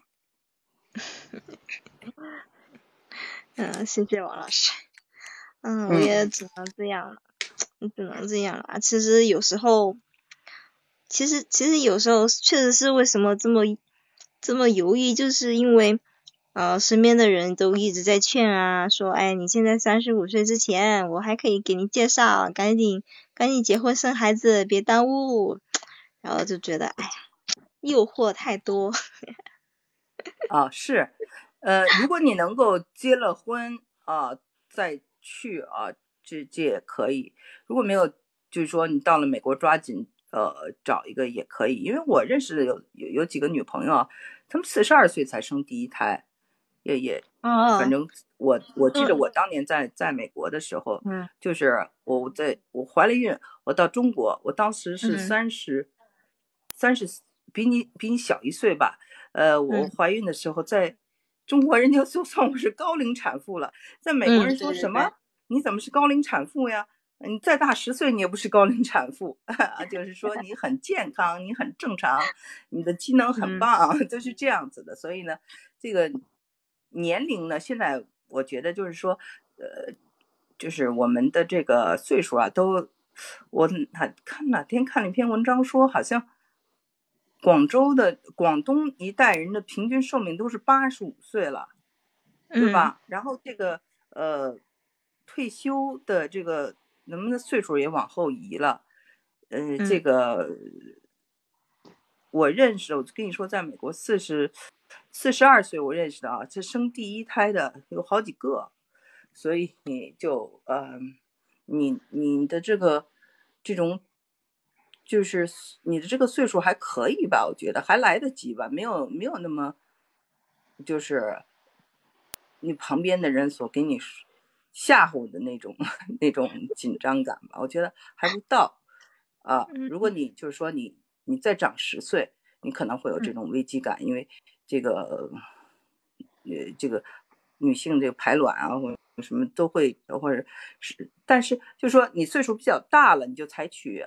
谢谢王老师。我也只能这样了，其实有时候，其实有时候确实是为什么这么犹豫，就是因为身边的人都一直在劝啊，说哎，你现在35岁之前，我还可以给你介绍，赶紧结婚生孩子，别耽误。然后就觉得哎呀，诱惑太多。 是，如果你能够结了婚再去这也可以。如果没有，就是说你到了美国抓紧找一个也可以。因为我认识的有几个女朋友，她们42岁才生第一胎，反正我记得我当年在美国的时候，就是我怀了孕，我到中国，我当时是30，比你小1岁吧。我怀孕的时候，在中国人家就算我是高龄产妇了，在美国人说什么？你怎么是高龄产妇呀？你再大10岁你也不是高龄产妇，就是说你很健康，你很正常，你的机能很棒，就是这样子的。所以呢，这个年龄呢，现在我觉得就是说，就是我们的这个岁数我哪天看了一篇文章说，好像广东一代人的平均寿命都是85岁了，对吧？然后这个退休的这个人们的岁数也往后移了。这个我认识，我跟你说，在美国42岁我认识的这生第一胎的有好几个，所以你就你的这种就是你的这个岁数还可以吧，我觉得还来得及吧，没有那么就是你旁边的人所给你吓唬的那种紧张感吧，我觉得还不到如果你就是说你再长10岁，你可能会有这种危机感，因为这个女性这个排卵或者什么都会，或者是，但是就是说你岁数比较大了，你就采取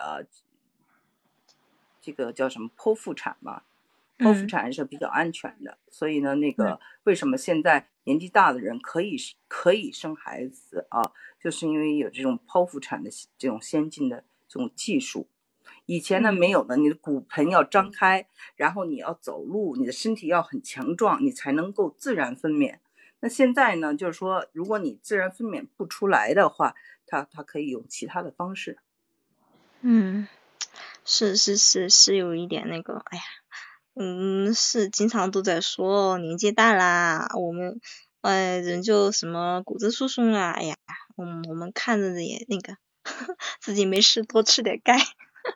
这个叫什么剖腹产嘛，剖腹产是比较安全的。所以呢，那个为什么现在年纪大的人可以生孩子就是因为有这种剖腹产的这种先进的这种技术。以前呢没有的，你的骨盆要张开，然后你要走路，你的身体要很强壮，你才能够自然分娩。那现在呢，就是说，如果你自然分娩不出来的话，它可以用其他的方式。 是有一点那个，哎呀，是经常都在说年纪大啦，我们人就什么骨质疏松啦，哎呀，我们看着也那个自己没事多吃点钙。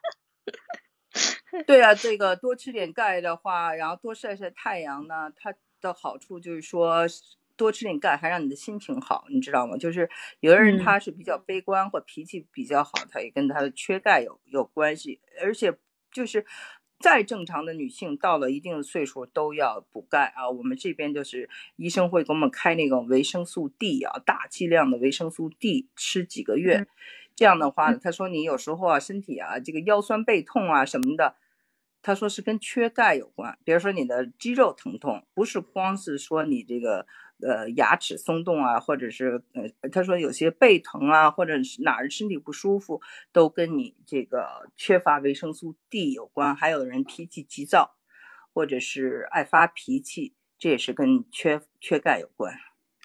对啊，这个多吃点钙的话，然后多晒晒太阳呢，它的好处就是说多吃点钙还让你的心情好，你知道吗？就是有的人他是比较悲观或脾气比较好，他也跟他的缺钙有关系，而且就是再正常的女性到了一定的岁数都要补钙啊。我们这边就是医生会给我们开那个维生素 D 啊，大剂量的维生素 D， 吃几个月。这样的话，他说你有时候啊身体啊这个腰酸背痛啊什么的，他说是跟缺钙有关。比如说你的肌肉疼痛，不是光是说你这个牙齿松动啊，或者是他说有些背疼啊，或者是哪儿身体不舒服，都跟你这个缺乏维生素 D 有关。还有人脾气急躁，或者是爱发脾气，这也是跟缺钙有关。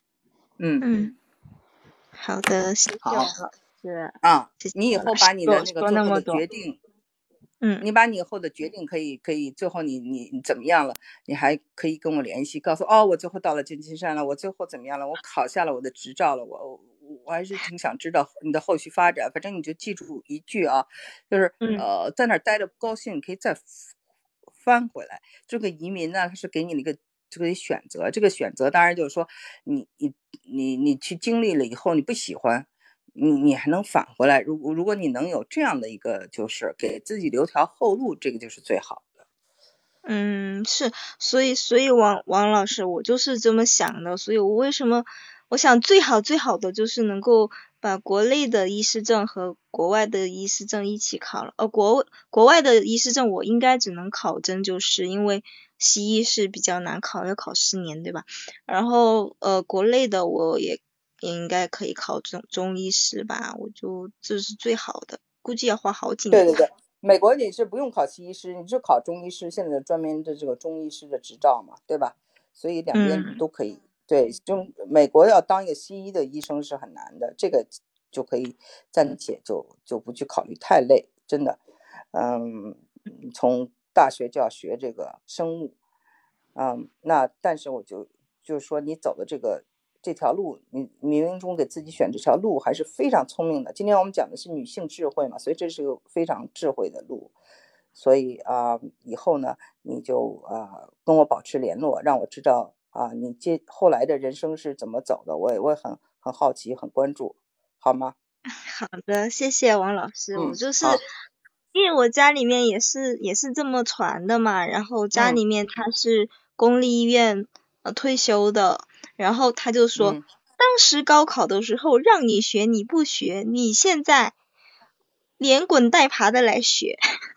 好的，谢谢王老师啊， 谢谢你以后王老师把你的那个说最后的那么多。 决定，你把你以后的决定可以，最后你怎么样了？你还可以跟我联系，告诉我最后到了旧金山了，我最后怎么样了？我考下了我的执照了，我还是挺想知道你的后续发展。反正你就记住一句啊，就是在那儿待着不高兴，你可以再翻回来。这个移民呢，它是给你的一个这个选择，这个选择当然就是说你去经历了以后你不喜欢。你还能返回来，如果你能有这样的一个，就是给自己留条后路，这个就是最好的。 是，所以王老师，我就是这么想的，所以我为什么我想最好的就是能够把国内的医师证和国外的医师证一起考了。国外的医师证我应该只能考针灸师，因为西医是比较难考，要考10年，对吧？然后国内的我也应该可以考中医师吧，这是最好的，估计要花好几年。 对，美国你是不用考西医师，你就考中医师，现在的专门的这个中医师的执照嘛，对吧？所以两边都可以。对，美国要当一个西医的医生是很难的，这个就可以暂且就不去考虑，太累，真的。从大学就要学这个生物。那但是我就是说你走的这条路，你冥冥中给自己选这条路还是非常聪明的。今天我们讲的是女性智慧嘛，所以这是个非常智慧的路。所以以后呢，你就跟我保持联络，让我知道你后来的人生是怎么走的，我也会很好奇，很关注，好吗？ 好的，谢谢王老师。我就是好， 因为我家里面也是这么传的嘛，然后家里面他是公立医院退休的，然后他就说，当时高考的时候让你学你不学，你现在连滚带爬的来学。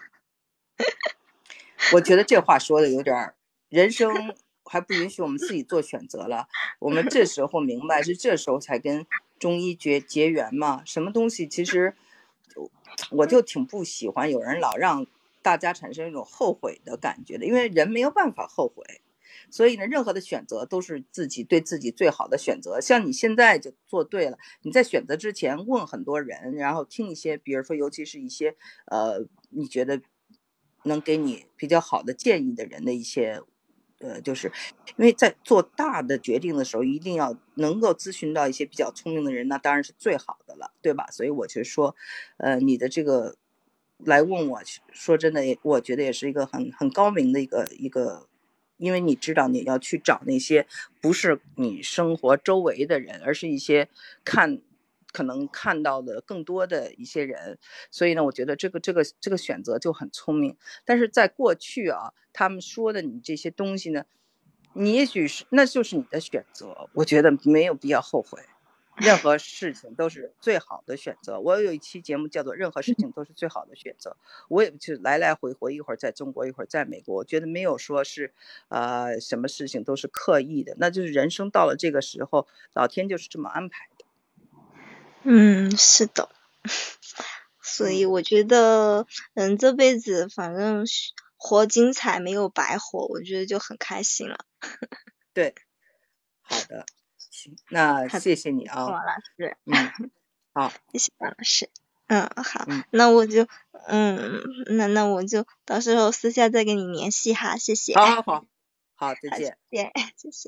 我觉得这话说的有点人生还不允许我们自己做选择了。我们这时候明白，是这时候才跟中医结缘嘛。什么东西其实我就挺不喜欢有人老让大家产生一种后悔的感觉的，因为人没有办法后悔。所以呢，任何的选择都是对自己最好的选择。像你现在就做对了，你在选择之前问很多人，然后听一些，比如说尤其是一些你觉得能给你比较好的建议的人的一些就是因为在做大的决定的时候，一定要能够咨询到一些比较聪明的人，那当然是最好的了，对吧？所以我就说你的这个来问我，说真的，我觉得也是一个很高明的一个，因为你知道你要去找那些不是你生活周围的人，而是一些可能看到的更多的一些人。所以呢，我觉得这个选择就很聪明。但是在过去他们说的你这些东西呢，你也许那就是你的选择，我觉得没有必要后悔。任何事情都是最好的选择。我有一期节目叫做任何事情都是最好的选择。我也就来回，一会儿在中国，一会儿在美国。我觉得没有说是什么事情都是刻意的，那就是人生到了这个时候，老天就是这么安排的。 是的。所以我觉得这辈子反正活精彩，没有白活，我觉得就很开心了。 对，好的，行，那谢谢你啊。 王老师。 好， 谢谢王老师。好，那我就到时候私下再跟你联系哈，谢谢。 好，再见。 谢谢。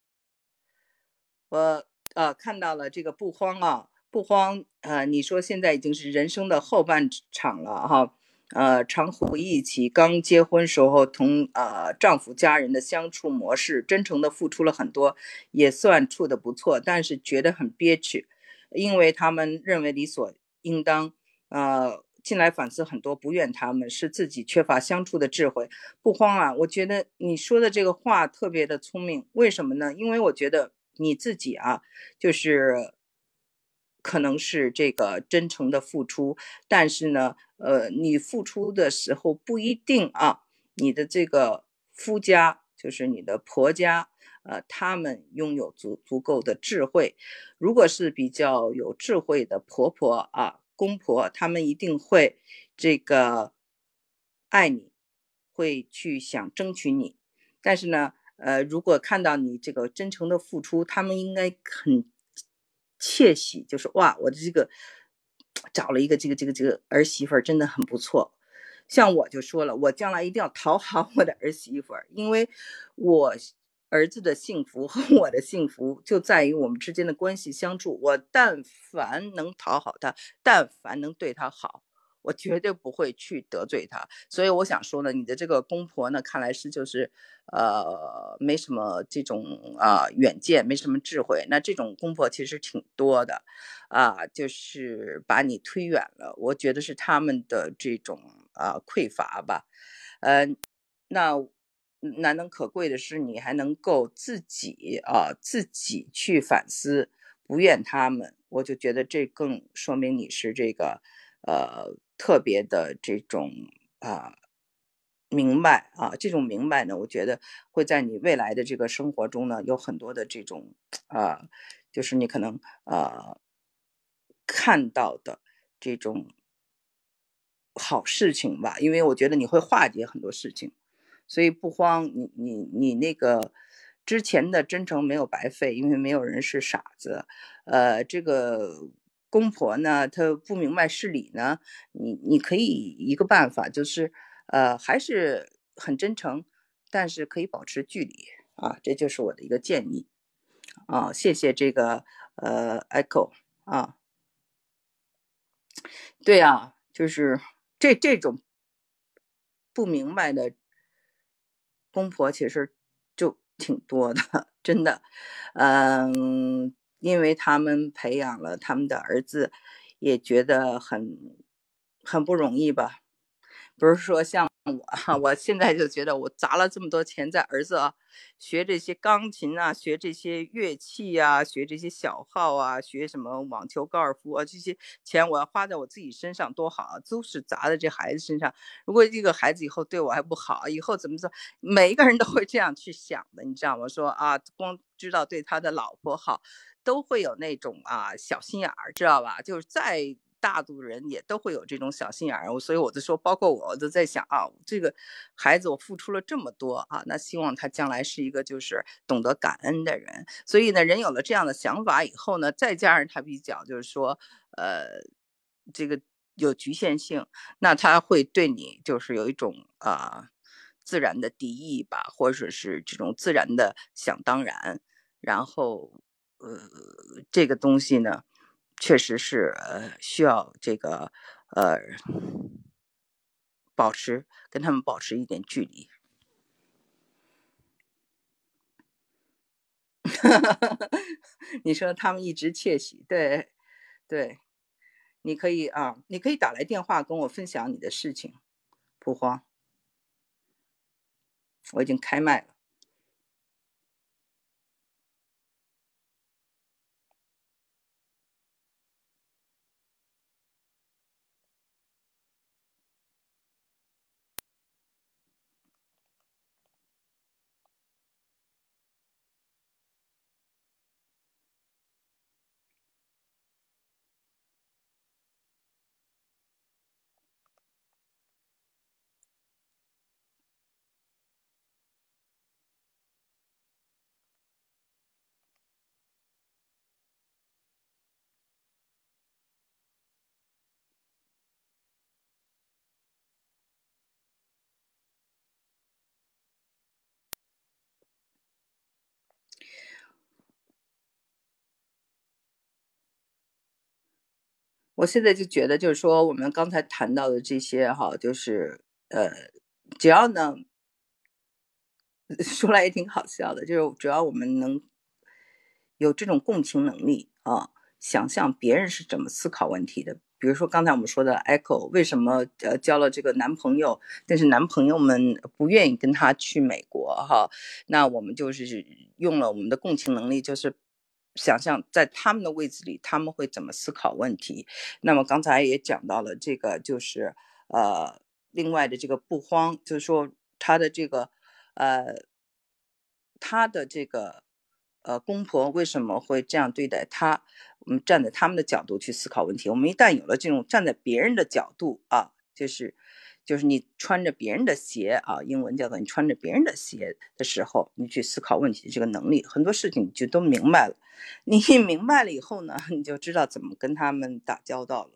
我看到了这个不慌，你说现在已经是人生的后半场了哈。 常回忆起刚结婚时候同丈夫家人的相处模式，真诚的付出了很多，也算处得不错，但是觉得很憋屈，因为他们认为理所应当。近来反思很多，不怨他们，是自己缺乏相处的智慧。不慌啊，我觉得你说的这个话特别的聪明，为什么呢？因为我觉得你自己啊，就是可能是这个真诚的付出，但是呢，你付出的时候不一定啊，你的这个夫家，就是你的婆家，他们拥有足够的智慧。如果是比较有智慧的婆婆啊、公婆，他们一定会这个爱你，会去想争取你。但是呢，如果看到你这个真诚的付出，他们应该很窃喜，就是哇，我的这个找了一个这个儿媳妇儿，真的很不错。像我就说了，我将来一定要讨好我的儿媳妇儿，因为我儿子的幸福和我的幸福就在于我们之间的关系相处。我但凡能讨好他，但凡能对他好，我绝对不会去得罪他。所以我想说呢，你的这个公婆呢，看来是就是没什么这种远见，没什么智慧。那这种公婆其实挺多的，就是把你推远了。我觉得是他们的这种匮乏吧。那难能可贵的是，你还能够自己去反思，不怨他们。我就觉得这更说明你是这个特别的这种明白啊。这种明白呢，我觉得会在你未来的这个生活中呢，有很多的这种就是你可能看到的这种好事情吧。因为我觉得你会化解很多事情，所以不慌。你那个之前的真诚没有白费，因为没有人是傻子。这个公婆呢，他不明白事理呢，你可以一个办法就是，还是很真诚，但是可以保持距离啊，这就是我的一个建议啊。谢谢这个Echo 啊。对啊，就是这种不明白的公婆其实就挺多的，真的。因为他们培养了他们的儿子，也觉得很不容易吧。不是说像我现在就觉得我砸了这么多钱在儿子学这些钢琴啊，学这些乐器啊，学这些小号啊，学什么网球、高尔夫啊，这些钱我要花在我自己身上多好啊，都是砸在这孩子身上。如果这个孩子以后对我还不好，以后怎么说？每一个人都会这样去想的，你知道吗？说光知道对他的老婆好，都会有那种小心眼儿，知道吧？就是再大度的人也都会有这种小心眼儿。所以我就说，包括我都在想这个孩子我付出了这么多那希望他将来是一个就是懂得感恩的人。所以呢，人有了这样的想法以后呢，再加上他比较就是说这个有局限性，那他会对你就是有一种自然的敌意吧，或者是这种自然的想当然。然后这个东西呢，确实是需要这个跟他们保持一点距离。你说他们一直窃喜，对对，你可以打来电话跟我分享你的事情，不慌，我已经开麦了。 我现在就觉得，就是说我们刚才谈到的这些哈，就是只要呢说来也挺好笑的，就是只要我们能有这种共情能力啊，想象别人是怎么思考问题的。比如说刚才我们说的 Echo 为什么交了这个男朋友，但是男朋友们不愿意跟他去美国哈，那我们就是用了我们的共情能力，就是想象在他们的位置里他们会怎么思考问题。那么刚才也讲到了这个，就是另外的这个不慌，就是说他的这个他的这个公婆为什么会这样对待他？我们站在他们的角度去思考问题。我们一旦有了这种站在别人的角度啊，就是你穿着别人的鞋啊，英文叫做你穿着别人的鞋的时候，你去思考问题的这个能力，很多事情你就都明白了。你明白了以后呢，你就知道怎么跟他们打交道了。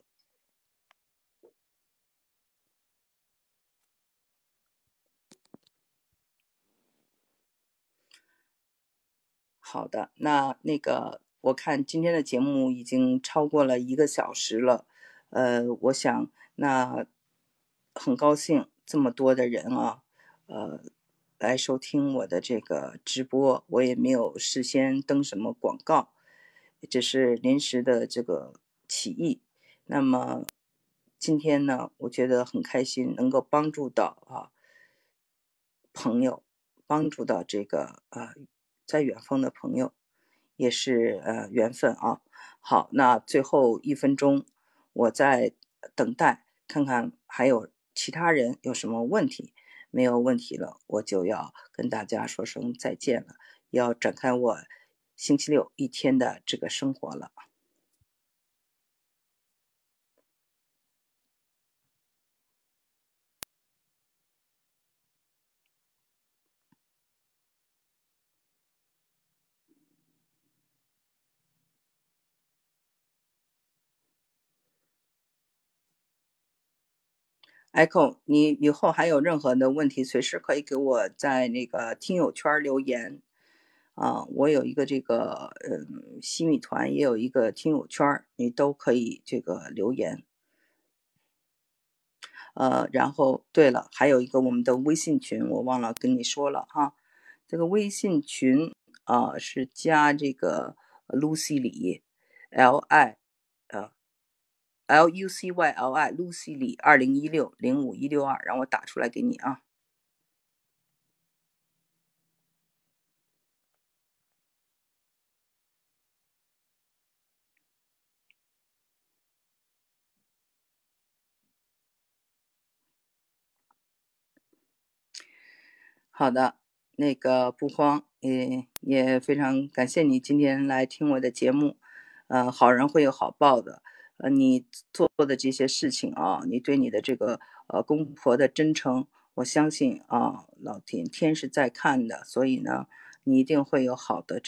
好的，那个我看今天的节目已经超过了1个小时了，我想那很高兴这么多的人啊，来收听我的这个直播，我也没有事先登什么广告，只是临时的这个起意。那么今天呢，我觉得很开心，能够帮助到朋友，帮助到这个在远方的朋友，也是缘分啊。好，那最后1分钟，我在等待看看还有其他人有什么问题。没有问题了，我就要跟大家说声再见了，要展开我星期六一天的这个生活了。Echo，你以后还有任何的问题，随时可以给我在那个听友圈留言啊。我有一个这个西米团，也有一个听友圈，你都可以这个留言。然后对了，还有一个我们的微信群，我忘了跟你说了哈。这个微信群是加这个 Lucy 李 LUCYLI Lucy 李2016051162，让我打出来给你啊。好的，那个不慌，也非常感谢你今天来听我的节目。好人会有好报的。你做的这些事情啊，你对你的这个公婆的真诚，我相信啊，老天是在看的，所以呢，你一定会有好的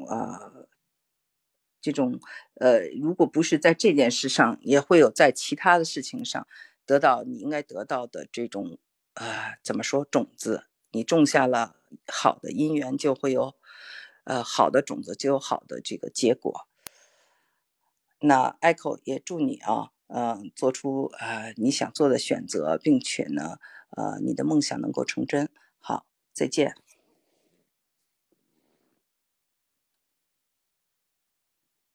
如果不是在这件事上，也会有在其他的事情上得到你应该得到的这种怎么说种子。你种下了好的因缘，就会有好的种子，就有好的这个结果。那 Echo 也祝你啊，做出你想做的选择，并且呢，你的梦想能够成真。好，再见。